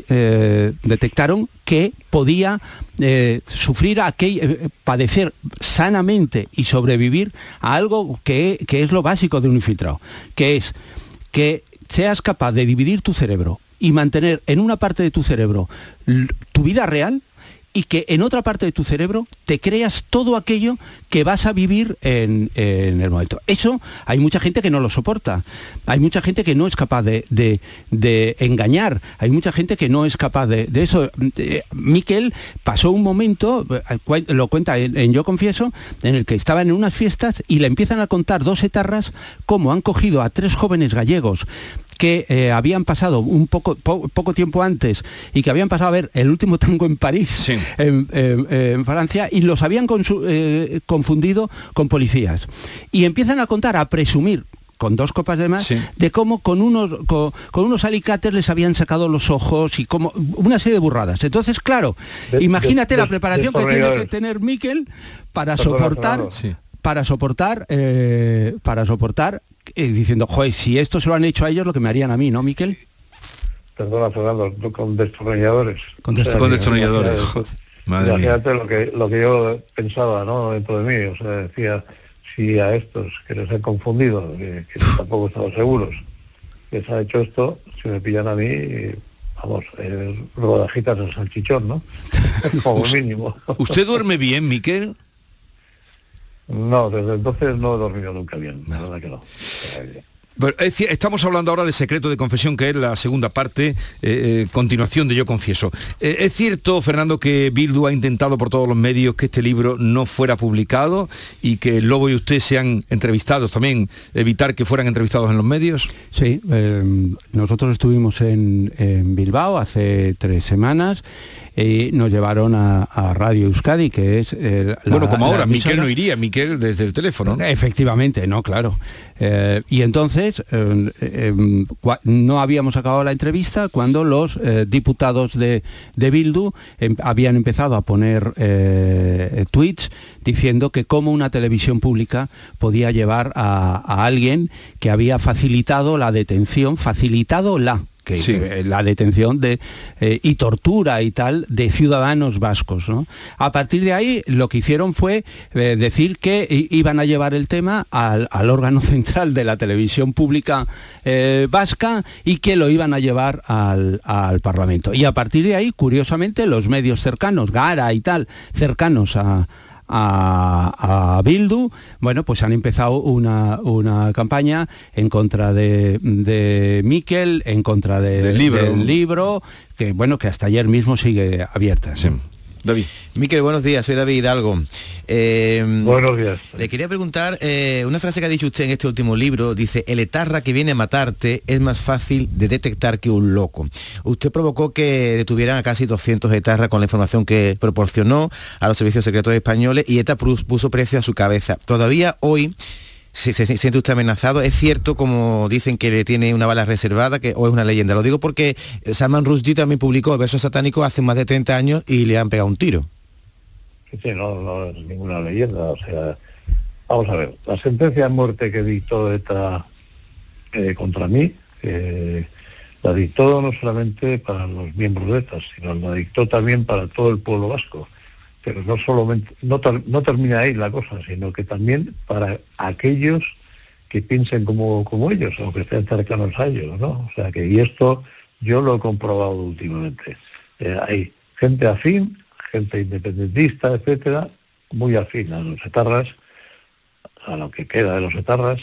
eh, detectaron que podía eh, sufrir aquel, eh, padecer sanamente y sobrevivir a algo que, que es lo básico de un infiltrado, que es que seas capaz de dividir tu cerebro y mantener en una parte de tu cerebro tu vida real, y que en otra parte de tu cerebro te creas todo aquello que vas a vivir en, en el momento. Eso hay mucha gente que no lo soporta, hay mucha gente que no es capaz de, de, de engañar, hay mucha gente que no es capaz de, de eso. Eh, Miquel pasó un momento, lo cuenta en, en Yo Confieso, en el que estaban en unas fiestas y le empiezan a contar dos etarras cómo han cogido a tres jóvenes gallegos que eh, habían pasado un poco, po, poco tiempo antes y que habían pasado a ver El último tango en París, sí. en, en, en Francia, y los habían consu, eh, confundido con policías. Y empiezan a contar, a presumir, con dos copas de más, sí. de cómo con unos, con, con unos alicates les habían sacado los ojos y como una serie de burradas. Entonces, claro, de, imagínate de, la preparación de, de que tiene que tener Miquel para Perdona, soportar... Sí. para soportar eh, para soportar eh, diciendo, joder, si esto se lo han hecho a ellos, lo que me harían a mí, ¿no, Miquel? Perdona, Fernando, con destornilladores. Con, dest- o sea, con destornilladores. Imagínate lo que, lo que yo pensaba, ¿no?, dentro de mí. O sea, decía, si a estos que les he confundido, que, que tampoco estaba seguros, que se ha hecho esto, si me pillan a mí, vamos, eh, rodajitas de salchichón, ¿no? Como mínimo. ¿Usted duerme bien, Miquel? No, desde entonces no he dormido nunca bien, la verdad que no. Pero estamos hablando ahora de Secreto de Confesión, que es la segunda parte, eh, eh, continuación de Yo Confieso. Eh, ¿Es cierto, Fernando, que Bildu ha intentado por todos los medios que este libro no fuera publicado y que el Lobo y usted sean entrevistados también, evitar que fueran entrevistados en los medios? Sí, eh, nosotros estuvimos en, en Bilbao hace tres semanas y nos llevaron a, a Radio Euskadi, que es... Eh, la, bueno, como ahora, Miquel no iría, Miquel desde el teléfono, ¿no? Efectivamente, no, claro. Eh, y entonces eh, eh, no habíamos acabado la entrevista cuando los eh, diputados de, de Bildu eh, habían empezado a poner eh, tweets diciendo que cómo una televisión pública podía llevar a, a alguien que había facilitado la detención, facilitado la... Que, sí. que la detención de eh, y tortura y tal de ciudadanos vascos, ¿no? A partir de ahí lo que hicieron fue eh, decir que iban a llevar el tema al, al órgano central de la televisión pública eh, vasca y que lo iban a llevar al, al Parlamento. Y a partir de ahí, curiosamente, los medios cercanos, Gara y tal, cercanos a A, a Bildu, bueno, pues han empezado una, una campaña en contra de, de Miquel, en contra de, del, libro. del libro, que bueno, que hasta ayer mismo sigue abierta. Sí. David. Miquel, buenos días, soy David Hidalgo. Eh, buenos días. Le quería preguntar, eh, una frase que ha dicho usted en este último libro, dice, el etarra que viene a matarte es más fácil de detectar que un loco. Usted provocó que detuvieran a casi doscientos etarras con la información que proporcionó a los servicios secretos españoles y ETA puso precio a su cabeza. Todavía hoy... ¿Se, se, se siente usted amenazado? ¿Es cierto, como dicen, que le tiene una bala reservada, que, o es una leyenda? Lo digo porque Salman Rushdie también publicó Versos Satánicos hace más de treinta años y le han pegado un tiro. Sí, sí, no, no es ninguna leyenda. O sea, vamos a ver, la sentencia de muerte que dictó ETA eh, contra mí, eh, la dictó no solamente para los miembros de ETA, sino la dictó también para todo el pueblo vasco. Pero no solamente no, ter, no termina ahí la cosa, sino que también para aquellos que piensen como, como ellos o que estén cercanos a ellos, ¿no? O sea que, y esto yo lo he comprobado últimamente. Eh, hay gente afín, gente independentista, etcétera, muy afín a los etarras, a lo que queda de los etarras,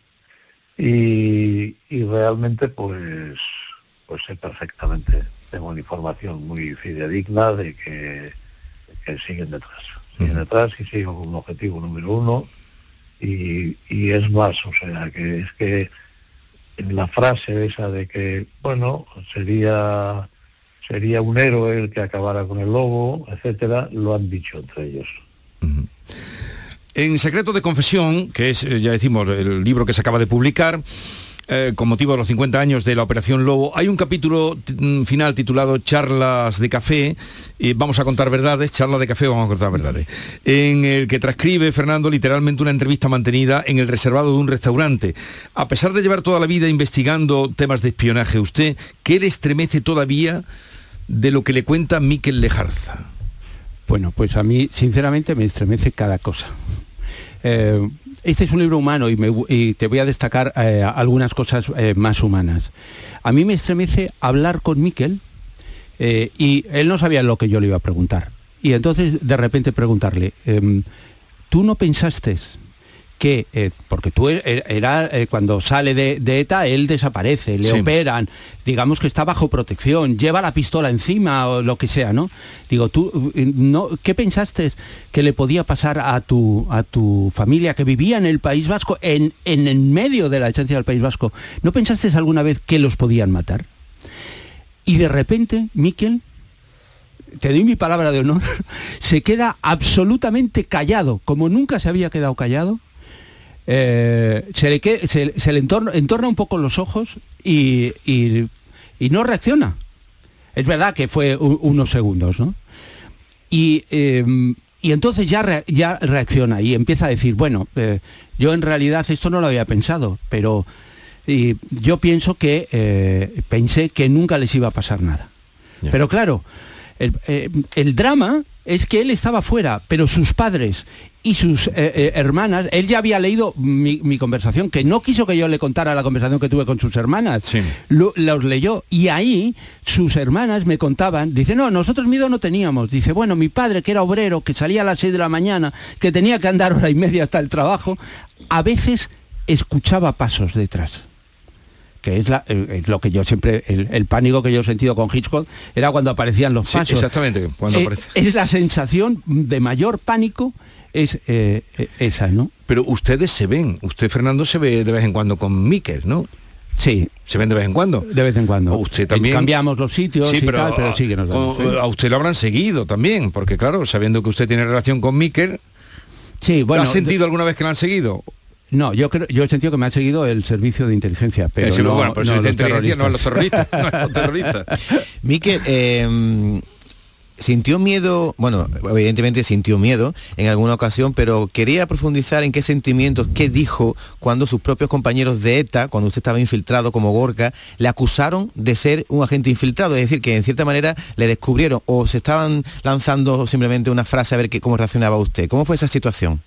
y, y realmente pues, pues sé perfectamente, tengo una información muy fidedigna de que que siguen detrás. Siguen detrás y siguen con un objetivo número uno. Y, y es más, o sea, que es que en la frase esa de que, bueno, sería sería un héroe el que acabara con el lobo, etcétera, lo han dicho entre ellos. Uh-huh. En Secreto de Confesión, que es, ya decimos, el libro que se acaba de publicar, eh, con motivo de los cincuenta años de la Operación Lobo, hay un capítulo t- final titulado Charlas de Café, y vamos a contar verdades, charlas de café, vamos a contar verdades, en el que transcribe Fernando literalmente una entrevista mantenida en el reservado de un restaurante. A pesar de llevar toda la vida investigando temas de espionaje, ¿usted qué le estremece todavía de lo que le cuenta Miquel Lejarza? Bueno, pues a mí, sinceramente, me estremece cada cosa. Eh, este es un libro humano y, me, y te voy a destacar eh, algunas cosas eh, más humanas. A mí me estremece hablar con Miquel eh, y él no sabía lo que yo le iba a preguntar. Y entonces, de repente, preguntarle, eh, ¿tú no pensaste que, eh, porque tú era, eh, cuando sale de, de ETA, él desaparece, le sí. operan, digamos que está bajo protección, lleva la pistola encima o lo que sea, ¿no? Digo, tú, no, ¿qué pensaste que le podía pasar a tu, a tu familia que vivía en el País Vasco, en, en el medio de la esencia del País Vasco? ¿No pensaste alguna vez que los podían matar? Y de repente, Miquel, te doy mi palabra de honor, se queda absolutamente callado, como nunca se había quedado callado. Eh, se le, que, se, se le entorna, entorna un poco los ojos y, y, y no reacciona. Es verdad que fue un, unos segundos, ¿no? Y, eh, y entonces ya, re, ya reacciona y empieza a decir, bueno, eh, yo en realidad esto no lo había pensado, pero y yo pienso que eh, pensé que nunca les iba a pasar nada. Yeah. Pero claro, el, eh, el drama es que él estaba fuera, pero sus padres y sus eh, eh, hermanas, él ya había leído mi, mi conversación, que no quiso que yo le contara la conversación que tuve con sus hermanas, sí. Lo, los leyó, y ahí sus hermanas me contaban, dice, no, nosotros miedo no teníamos, dice, bueno, mi padre, que era obrero, que salía a las seis de la mañana, que tenía que andar hora y media hasta el trabajo, a veces escuchaba pasos detrás. Que es, la, es lo que yo siempre, el, el pánico que yo he sentido con Hitchcock, era cuando aparecían los pasos. Sí, exactamente, cuando eh, aparece. Es la sensación de mayor pánico, es eh, esa, ¿no? Pero ustedes se ven, usted, Fernando, se ve de vez en cuando con Miquel, ¿no? Sí. ¿Se ven de vez en cuando? De vez en cuando. ¿O usted también? Cambiamos los sitios sí, y pero, tal, pero sí que nos damos. ¿sí? A usted lo habrán seguido también, porque claro, sabiendo que usted tiene relación con Miquel, sí, bueno, ¿ha sentido alguna vez que lo han seguido? No, yo creo, yo he sentido que me ha seguido el servicio de inteligencia, pero Eso, no, bueno, pero no, no, los inteligencia no a los terroristas. No a los terroristas. Miquel, eh, sintió miedo, bueno, evidentemente sintió miedo en alguna ocasión, pero quería profundizar en qué sentimientos, qué dijo cuando sus propios compañeros de ETA, cuando usted estaba infiltrado como Gorka, le acusaron de ser un agente infiltrado, es decir, que en cierta manera le descubrieron o se estaban lanzando simplemente una frase a ver qué, cómo reaccionaba usted. ¿Cómo fue esa situación?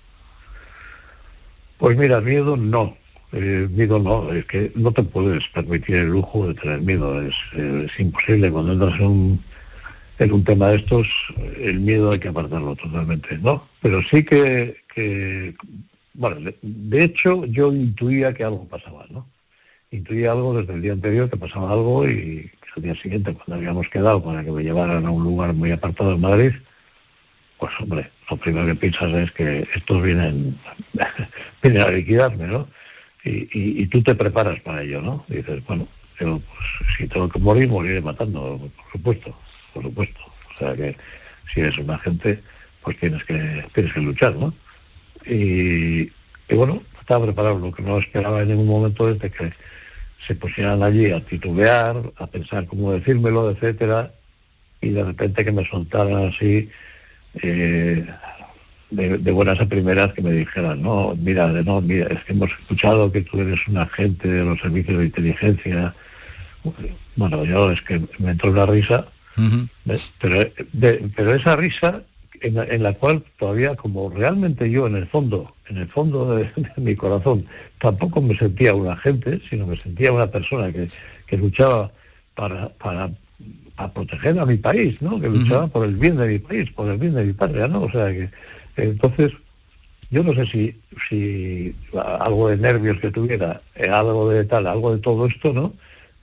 Pues mira, miedo no, eh, miedo no, es que no te puedes permitir el lujo de tener miedo, es, eh, es imposible. Cuando entras en un, en un tema de estos, el miedo hay que apartarlo totalmente, ¿no? Pero sí que, que bueno, de, de hecho yo intuía que algo pasaba, ¿no? Intuía algo desde el día anterior, que pasaba algo, y al día siguiente, cuando habíamos quedado para que me llevaran a un lugar muy apartado de Madrid, pues hombre, lo primero que piensas es que estos vienen, vienen a liquidarme, ¿no? Y, y, y tú te preparas para ello, ¿no? Y dices, bueno, yo pues si tengo que morir, moriré matando, por supuesto, por supuesto. O sea que si eres un agente, pues tienes que tienes que luchar, ¿no? Y, y bueno, estaba preparado. Lo que no esperaba en ningún momento es de que se pusieran allí a titubear, a pensar cómo decírmelo, etcétera, y de repente que me soltaran así, Eh, de, de buenas a primeras, que me dijeran, no, mira, no, mira, es que hemos escuchado que tú eres un agente de los servicios de inteligencia. Bueno, yo es que me entró una risa, uh-huh. pero, de, pero esa risa en la, en la cual todavía, como realmente yo en el fondo, en el fondo de, de mi corazón, tampoco me sentía un agente, sino me sentía una persona que, que luchaba para, para a proteger a mi país, ¿no? Que luchaba uh-huh. por el bien de mi país, por el bien de mi patria, ¿no? O sea que, entonces, yo no sé si, si algo de nervios que tuviera, algo de tal, algo de todo esto, ¿no?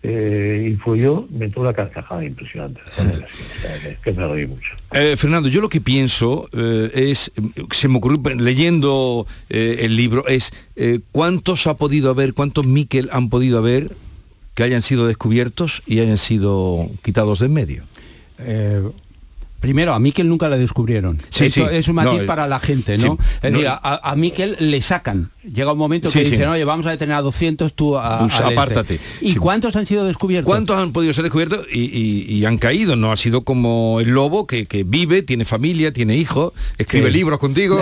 eh, influyó, me entró una carcajada impresionante, o sea, que, que me reí mucho. Eh, Fernando, yo lo que pienso eh, es, se me ocurrió leyendo eh, el libro, es eh, cuántos ha podido haber, cuántos Miquel han podido haber que hayan sido descubiertos y hayan sido quitados de en medio. Eh... Primero, a Miquel nunca le descubrieron. Sí, Esto sí. es un matiz No, para la gente, ¿no? sí, es no, decir, a, a Miquel le sacan. Llega un momento que sí, dicen, sí. oye, vamos a detener a doscientos, tú a, Pues al apártate. este. ¿Y Sí. cuántos han sido descubiertos? ¿Cuántos han podido ser descubiertos y, y- y han caído? No ha sido como el lobo que, que vive, tiene familia, tiene hijos, escribe Sí. libros contigo.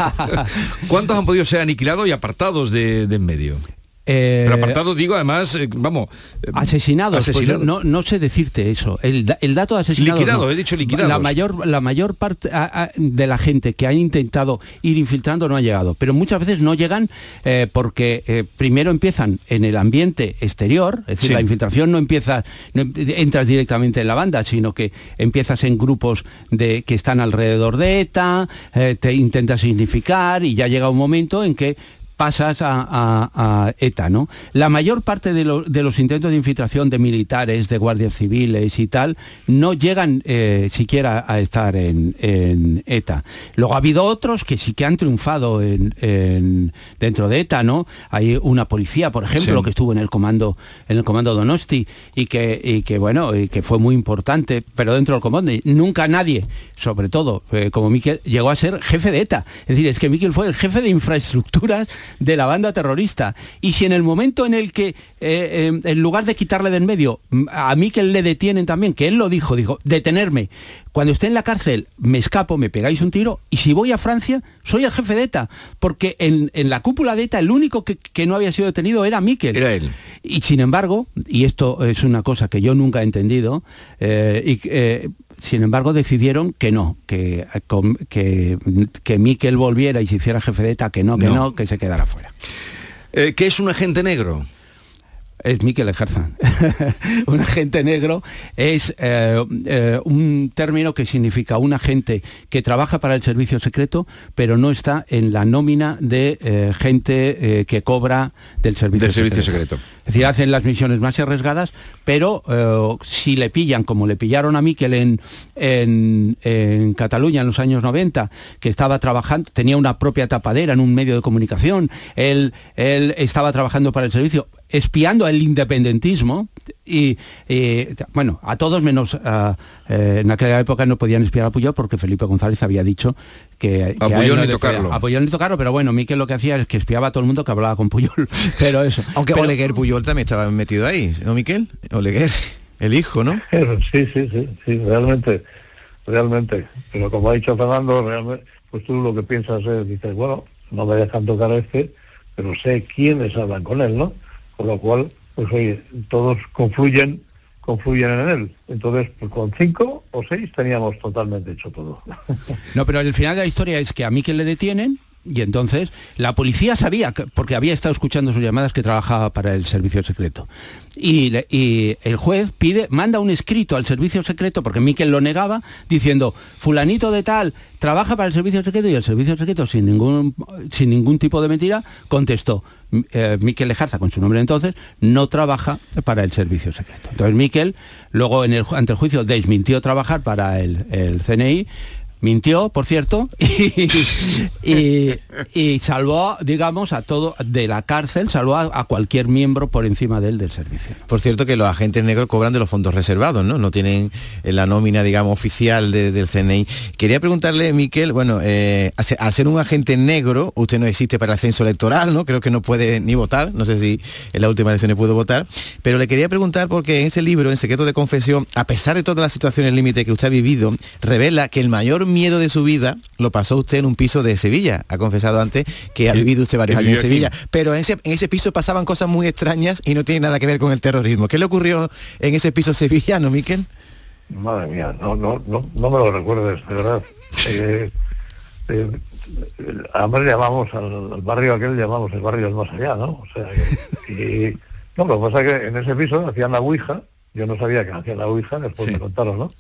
¿Cuántos han podido ser aniquilados y apartados de, de en medio? Eh, Pero apartados digo además, eh, vamos... eh, Asesinados, pues asesinados. no, no sé decirte eso. El, da- el dato de asesinados... Liquidados, no. he dicho liquidados. La mayor, la mayor parte a- a- de la gente que ha intentado ir infiltrando no ha llegado. Pero muchas veces no llegan eh, porque eh, primero empiezan en el ambiente exterior, es decir, Sí. la infiltración no empieza, no em- entras directamente en la banda, sino que empiezas en grupos de que están alrededor de ETA, eh, te intentas significar y ya llega un momento en que pasas a, a- a ETA, ¿no? La mayor parte de, lo- de los intentos de infiltración de militares, de guardias civiles y tal, no llegan eh, siquiera a estar en, en ETA. Luego ha habido otros que sí que han triunfado en, en- dentro de ETA, ¿no? Hay una policía, por ejemplo, Sí. que estuvo en el comando, en el comando Donosti y que, y que bueno, y que fue muy importante, pero dentro del comando nunca nadie, sobre todo eh, como Miquel, llegó a ser jefe de ETA. Es decir, es que Miquel fue el jefe de infraestructuras de la banda terrorista. Y si en el momento en el que, eh, eh, en lugar de quitarle de en medio, m- a Miquel le detienen también, que él lo dijo, dijo, detenerme. Cuando esté en la cárcel, me escapo, me pegáis un tiro, y si voy a Francia, soy el jefe de ETA. Porque en, en la cúpula de ETA, el único que, que no había sido detenido era Miquel. Era él. Y sin embargo, y esto es una cosa que yo nunca he entendido, eh, y, eh, sin embargo decidieron que no, que, con- que, que Miquel volviera y se hiciera jefe de ETA, que no, que no, No. que se quedara fuera. Eh, ¿Qué es un agente negro? Es Miquel Ejerza. Un agente negro es eh, eh, un término que significa un agente que trabaja para el servicio secreto, pero no está en la nómina de eh, gente eh, que cobra del servicio Del secreto. servicio secreto. Es decir, hacen las misiones más arriesgadas, pero eh, si le pillan, como le pillaron a Miquel en, en, en Cataluña en los años noventa, que estaba trabajando, tenía una propia tapadera en un medio de comunicación, él, él estaba trabajando para el servicio, espiando el independentismo y, y, bueno, a todos menos a, eh, en aquella época no podían espiar a Puyol porque Felipe González había dicho que, A que Puyol él no ni le tocarlo. podía- a Puyol ni tocarlo, pero bueno, Miquel lo que hacía es que espiaba a todo el mundo que hablaba con Puyol, pero eso. Aunque Pero- Oleguer Puyol también estaba metido ahí, ¿no, Miquel? Oleguer, el hijo, ¿no? Sí, sí, sí, sí, realmente, realmente. Pero como ha dicho Fernando, realmente, pues tú lo que piensas es, dices, bueno, no me dejan tocar a este, pero sé quiénes hablan con él, ¿no? Con lo cual, pues oye, todos confluyen, confluyen en él. Entonces, pues, con cinco o seis teníamos totalmente hecho todo. No, pero el final de la historia es que a Miquel le detienen y entonces la policía sabía, que- porque había estado escuchando sus llamadas, que trabajaba para el servicio secreto. Y, le- y el juez pide, manda un escrito al servicio secreto, porque Miquel lo negaba, diciendo, fulanito de tal, trabaja para el servicio secreto, y el servicio secreto, sin ningún, sin ningún tipo de mentira, contestó, eh, Miquel Lejarza, con su nombre entonces, no trabaja para el servicio secreto. Entonces Miquel, luego en el, ju- ante el juicio, desmintió trabajar para el, el C N I, mintió, por cierto, y, y- y salvó, digamos, a todo de la cárcel, salvó a, a cualquier miembro por encima de él del servicio. Por cierto que los agentes negros cobran de los fondos reservados, ¿no? No tienen eh, la nómina, digamos, oficial de- del C N I. Quería preguntarle, Miquel, bueno, eh, al ser- al ser un agente negro, usted no existe para el censo electoral, ¿no? Creo que no puede ni votar, no sé si en la última elección pudo votar, pero le quería preguntar porque en ese libro, en Secreto de Confesión, a pesar de todas las situaciones límite que usted ha vivido, revela que el mayor miedo de su vida lo pasó usted en un piso de Sevilla. Ha confesado antes que ha Sí, vivido usted varios que años en vivió Sevilla, aquí. pero en ese, en ese piso pasaban cosas muy extrañas y no tiene nada que ver con el terrorismo. ¿Qué le ocurrió en ese piso sevillano, Miquel? Madre mía, no, no, no, no me lo recuerdes, de verdad. Eh, eh, además llamamos al, al barrio aquel, llamamos el barrio del más allá, ¿no? O sea, que- y, no, lo que pasa es que en ese piso hacían la ouija, yo no sabía que hacían la ouija, después Sí. me contaron, ¿no?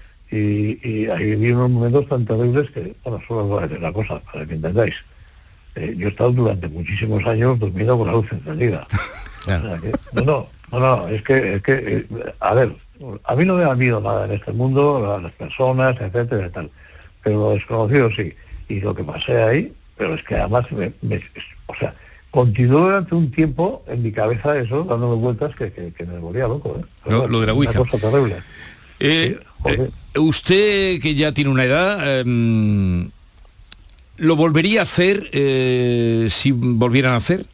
Y, y ahí vi unos momentos tan terribles que, bueno, solo os voy a decir una cosa, para que entendáis. Eh, yo he estado durante muchísimos años durmiendo con la luz encendida. Claro. O sea que, no, no, No, no, es que, es que eh, a ver, a mí no me da miedo nada en este mundo, las personas, etcétera, y tal, pero lo desconocido sí, y lo que pasé ahí, pero es que además, me, me, o sea, continuó durante un tiempo en mi cabeza eso, dándome vueltas que, que, que me volvía loco, ¿eh? Lo, Pero, lo de la Ouija. Una cosa terrible. Eh, eh, usted, que ya tiene una edad, eh, ¿lo volvería a hacer eh, si volvieran a hacer?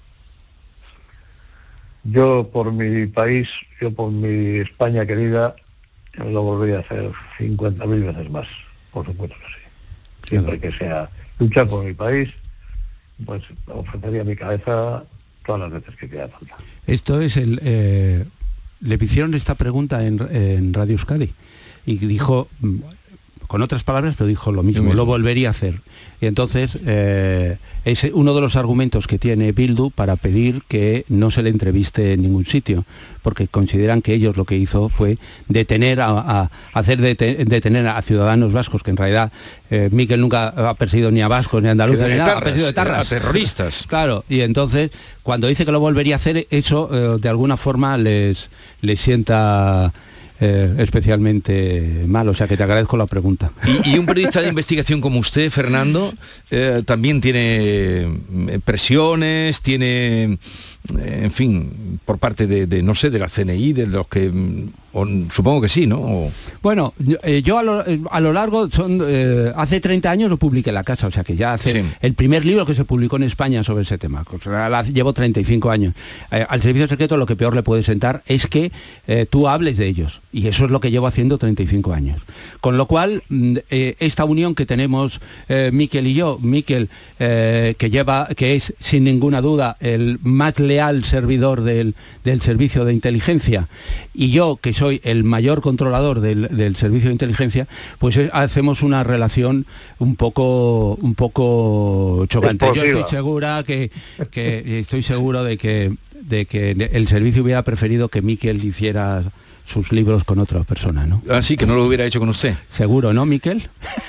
Yo por mi país, yo por mi España querida, lo volvería a hacer cincuenta mil veces más, por supuesto que sí. Siempre que sea luchar por mi país, pues ofrecería mi cabeza todas las veces que quiera falta. Esto es el... Eh, le hicieron esta pregunta en, en Radio Euskadi y dijo, con otras palabras, pero dijo lo mismo, lo volvería a hacer. Y entonces eh, es uno de los argumentos que tiene Bildu para pedir que no se le entreviste en ningún sitio, porque consideran que ellos lo que hizo fue detener a, a hacer dete, detener a ciudadanos vascos, que en realidad eh, Miquel nunca ha perseguido ni a vascos ni a andaluces ni nada, ha perseguido de tarras, a terroristas. Claro, y entonces cuando dice que lo volvería a hacer, eso eh, de alguna forma les, les sienta Eh, especialmente mal, o sea que te agradezco la pregunta. Y, y un periodista de investigación como usted, Fernando, eh, también tiene presiones, tiene, eh, en fin, por parte de, de, no sé, de la C N I, de los que, o, supongo que sí, ¿no? O... Bueno, eh, yo a lo, a lo largo, son eh, hace treinta años lo publiqué en La Casa, o sea que ya hace sí. el primer libro que se publicó en España sobre ese tema, o sea, la, llevo treinta y cinco años. Eh, al servicio secreto lo que peor le puede sentar es que eh, tú hables de ellos. Y eso es lo que llevo haciendo treinta y cinco años. Con lo cual, eh, esta unión que tenemos eh, Miquel y yo, Miquel, eh, que lleva, que es sin ninguna duda el más leal servidor del, del servicio de inteligencia, y yo, que soy el mayor controlador del, del servicio de inteligencia, pues eh, hacemos una relación un poco, un poco chocante. Yo estoy segura que, que estoy seguro de que, de que el servicio hubiera preferido que Miquel hiciera sus libros con otra persona, ¿no? Ah, sí, que no lo hubiera hecho con usted. Seguro, ¿no, Miquel?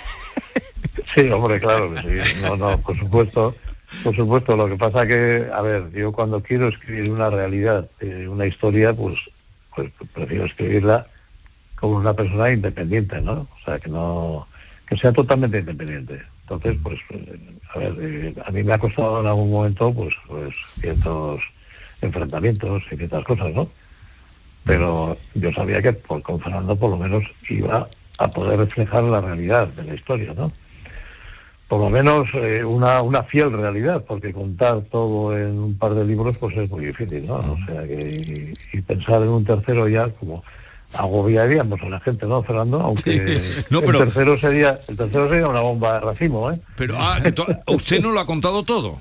Sí, hombre, claro que sí. No, no, por supuesto, por supuesto. Lo que pasa que, a ver, yo cuando quiero escribir una realidad, eh, una historia, pues, pues prefiero escribirla como una persona independiente, ¿no? O sea, que no, que sea totalmente independiente. Entonces, pues, a ver, eh, a mí me ha costado en algún momento, pues, pues ciertos enfrentamientos y ciertas cosas, ¿no? Pero yo sabía que por, con Fernando por lo menos iba a poder reflejar la realidad de la historia, ¿no? Por lo menos eh, una, una fiel realidad, porque contar todo en un par de libros pues es muy difícil, ¿no? O sea que y, y pensar en un tercero ya como agobiaríamos a la gente, ¿no, Fernando? Aunque sí. no, pero... el tercero sería el tercero sería una bomba de racimo, ¿eh? Pero ah, usted no lo ha contado todo.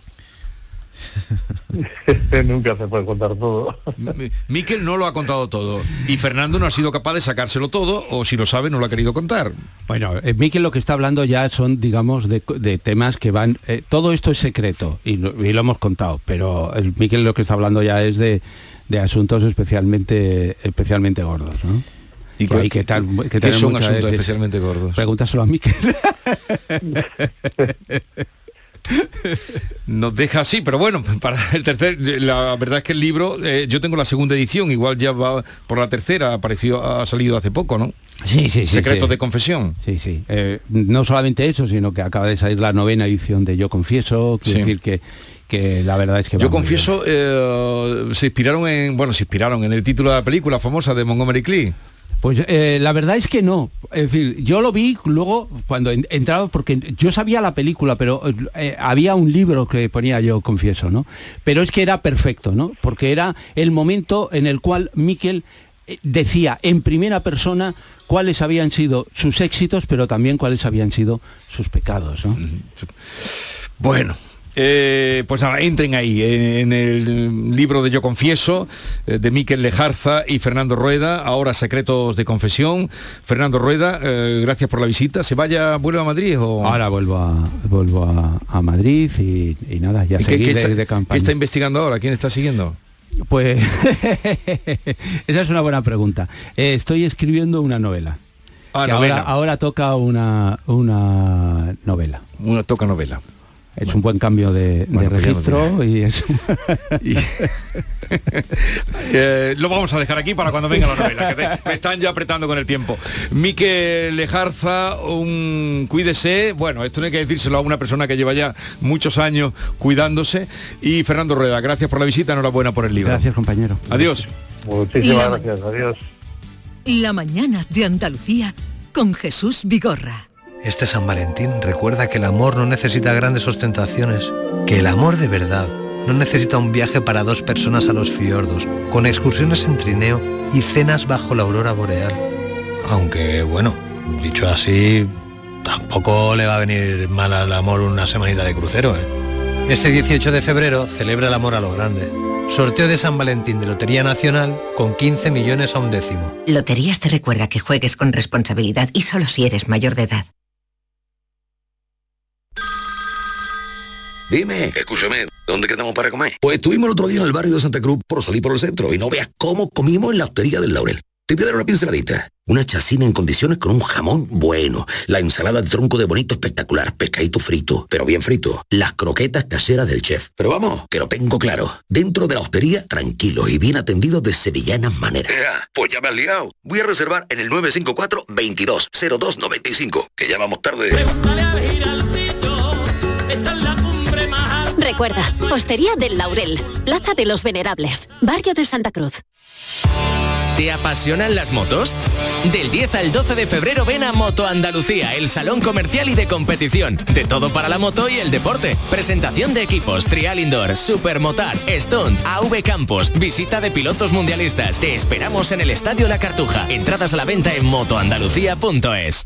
Nunca se puede contar todo. Miquel no lo ha contado todo y Fernando no ha sido capaz de sacárselo todo, o si lo sabe no lo ha querido contar. Bueno, eh, Miquel lo que está hablando ya son, digamos, de, de temas que van... Eh, todo esto es secreto y lo, y lo hemos contado, pero el Miquel lo que está hablando ya es de, de asuntos especialmente especialmente gordos, ¿no? ¿Y que, que, tal, que ¿qué son asuntos veces, especialmente gordos? Pregúntaselo a Miquel. Nos deja así, pero bueno, para el tercer, la verdad es que el libro, eh, yo tengo la segunda edición, igual ya va por la tercera, apareció, ha salido hace poco, ¿no? Sí, sí, sí. Secretos sí. de confesión. Sí, sí. Eh, no solamente eso, sino que acaba de salir la novena edición de Yo Confieso, quiero sí. decir que que la verdad es que... Yo confieso, eh, se inspiraron en, bueno, se inspiraron en el título de la película famosa de Montgomery Clift. Pues eh, la verdad es que no. Es decir, yo lo vi luego cuando entraba, porque yo sabía la película, pero eh, había un libro que ponía Yo Confieso, ¿no? Pero es que era perfecto, ¿no? Porque era el momento en el cual Miquel decía en primera persona cuáles habían sido sus éxitos, pero también cuáles habían sido sus pecados, ¿no? Bueno. Eh, pues nada, entren ahí en el libro de Yo Confieso, eh, de Miquel Lejarza y Fernando Rueda, ahora Secretos de Confesión. Fernando Rueda, eh, gracias por la visita. ¿Se vaya, vuelve a Madrid o...? Ahora vuelvo a vuelvo a, a Madrid y, y nada, ya seguir ¿Qué, qué de, está, de campaña. ¿Qué está investigando ahora? ¿Quién está siguiendo? Pues esa es una buena pregunta. Eh, estoy escribiendo una novela. Ah, que novela. Ahora, ahora toca una, una novela. Una toca novela. Es bueno, un buen cambio de, bueno, de registro pues y eso. Y, eh, lo vamos a dejar aquí para cuando venga la novela, que te, me están ya apretando con el tiempo. Miquel Lejarza, un cuídese. Bueno, esto no hay que decírselo a una persona que lleva ya muchos años cuidándose. Y Fernando Rueda, gracias por la visita, enhorabuena por el libro. Gracias, compañero. Adiós. Muchísimas la gracias, adiós. La mañana de Andalucía con Jesús Vigorra. Este San Valentín recuerda que el amor no necesita grandes ostentaciones, que el amor de verdad no necesita un viaje para dos personas a los fiordos, con excursiones en trineo y cenas bajo la aurora boreal. Aunque, bueno, dicho así, tampoco le va a venir mal al amor una semanita de crucero, ¿eh? Este dieciocho de febrero celebra el amor a lo grande. Sorteo de San Valentín de Lotería Nacional con quince millones a un décimo. Loterías te recuerda que juegues con responsabilidad y solo si eres mayor de edad. Dime, escúchame, ¿dónde quedamos para comer? Pues estuvimos el otro día en el barrio de Santa Cruz por salir por el centro y no veas cómo comimos en la hostería del Laurel. Te voy a dar una pinceladita. Una chacina en condiciones con un jamón bueno. La ensalada de tronco de bonito espectacular. Pescadito frito, pero bien frito. Las croquetas caseras del chef. Pero vamos, que lo tengo claro. Dentro de la hostería, tranquilo y bien atendido de sevillanas maneras. Ya, pues ya me has liado. Voy a reservar en el nueve cinco cuatro, veintidós, cero dos noventa y cinco. Que ya vamos tarde. Recuerda, Hostería del Laurel, Plaza de los Venerables, Barrio de Santa Cruz. ¿Te apasionan las motos? Del diez al doce de febrero ven a Moto Andalucía, el salón comercial y de competición. De todo para la moto y el deporte. Presentación de equipos, trial indoor, supermotar, stunt, A V Campos, visita de pilotos mundialistas. Te esperamos en el Estadio La Cartuja. Entradas a la venta en moto andalucía punto es.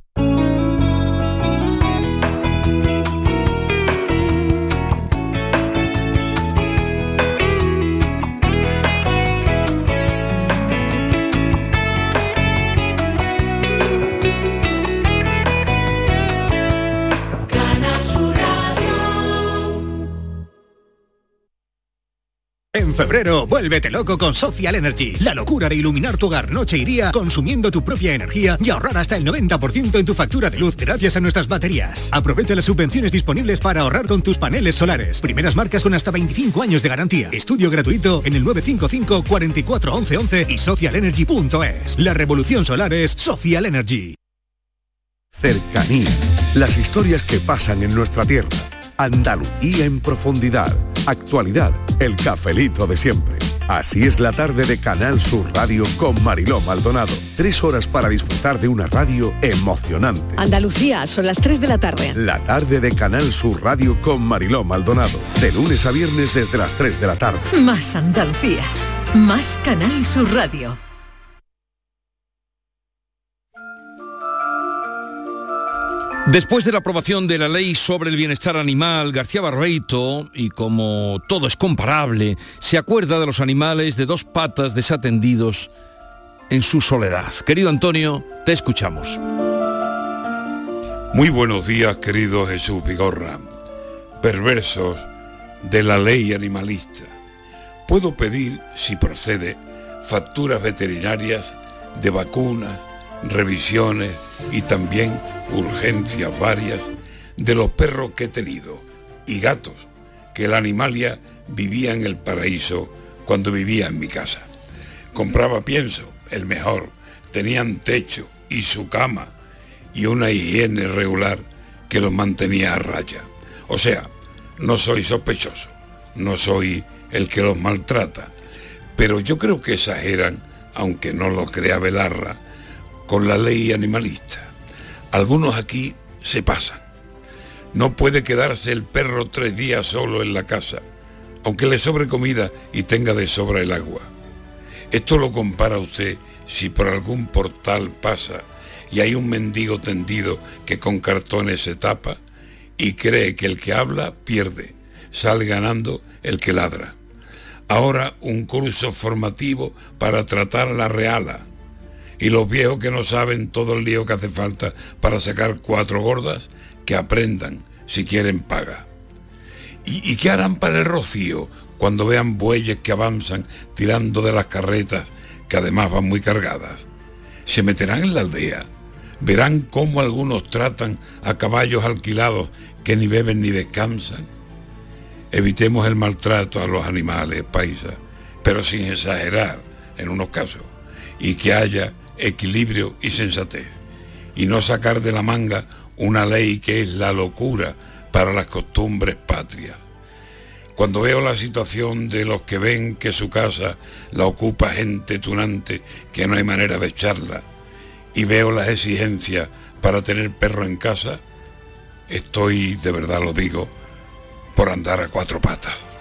En febrero, vuélvete loco con Social Energy. La locura de iluminar tu hogar noche y día consumiendo tu propia energía y ahorrar hasta el noventa por ciento en tu factura de luz gracias a nuestras baterías. Aprovecha las subvenciones disponibles para ahorrar con tus paneles solares. Primeras marcas con hasta veinticinco años de garantía. Estudio gratuito en el nueve cinco cinco, cuatro cuatro, once once y social energy punto es. La revolución solar es Social Energy. Cercanía. Las historias que pasan en nuestra tierra. Andalucía en profundidad. Actualidad, el cafelito de siempre. Así es la tarde de Canal Sur Radio con Mariló Maldonado. Tres horas para disfrutar de una radio emocionante. Andalucía, son las tres de la tarde. La tarde de Canal Sur Radio con Mariló Maldonado. De lunes a viernes desde las tres de la tarde. Más Andalucía, más Canal Sur Radio. Después de la aprobación de la ley sobre el bienestar animal, García Barbeito, y como todo es comparable, se acuerda de los animales de dos patas desatendidos en su soledad. Querido Antonio, te escuchamos. Muy buenos días, querido Jesús Vigorra. Perversos de la ley animalista. Puedo pedir, si procede, facturas veterinarias de vacunas, revisiones y también urgencias varias de los perros que he tenido y gatos, que la animalia vivía en el paraíso cuando vivía en mi casa. Compraba pienso, el mejor, tenían techo y su cama y una higiene regular que los mantenía a raya. O sea, no soy sospechoso, no soy el que los maltrata, pero yo creo que exageran, aunque no lo crea Belarra, con la ley animalista. Algunos aquí se pasan. No puede quedarse el perro tres días solo en la casa, aunque le sobre comida y tenga de sobra el agua. Esto lo compara usted si por algún portal pasa y hay un mendigo tendido que con cartones se tapa y cree que el que habla pierde, sale ganando el que ladra. Ahora un curso formativo para tratar a la reala. Y los viejos que no saben todo el lío que hace falta para sacar cuatro gordas, que aprendan, si quieren paga. ¿Y, y qué harán para el rocío cuando vean bueyes que avanzan tirando de las carretas, que además van muy cargadas? Se meterán en la aldea, verán cómo algunos tratan a caballos alquilados que ni beben ni descansan. Evitemos el maltrato a los animales, paisa, pero sin exagerar en unos casos, y que haya equilibrio y sensatez, y no sacar de la manga una ley que es la locura para las costumbres patrias. Cuando veo la situación de los que ven que su casa la ocupa gente tunante que no hay manera de echarla, y veo las exigencias para tener perro en casa, estoy, de verdad lo digo, por andar a cuatro patas.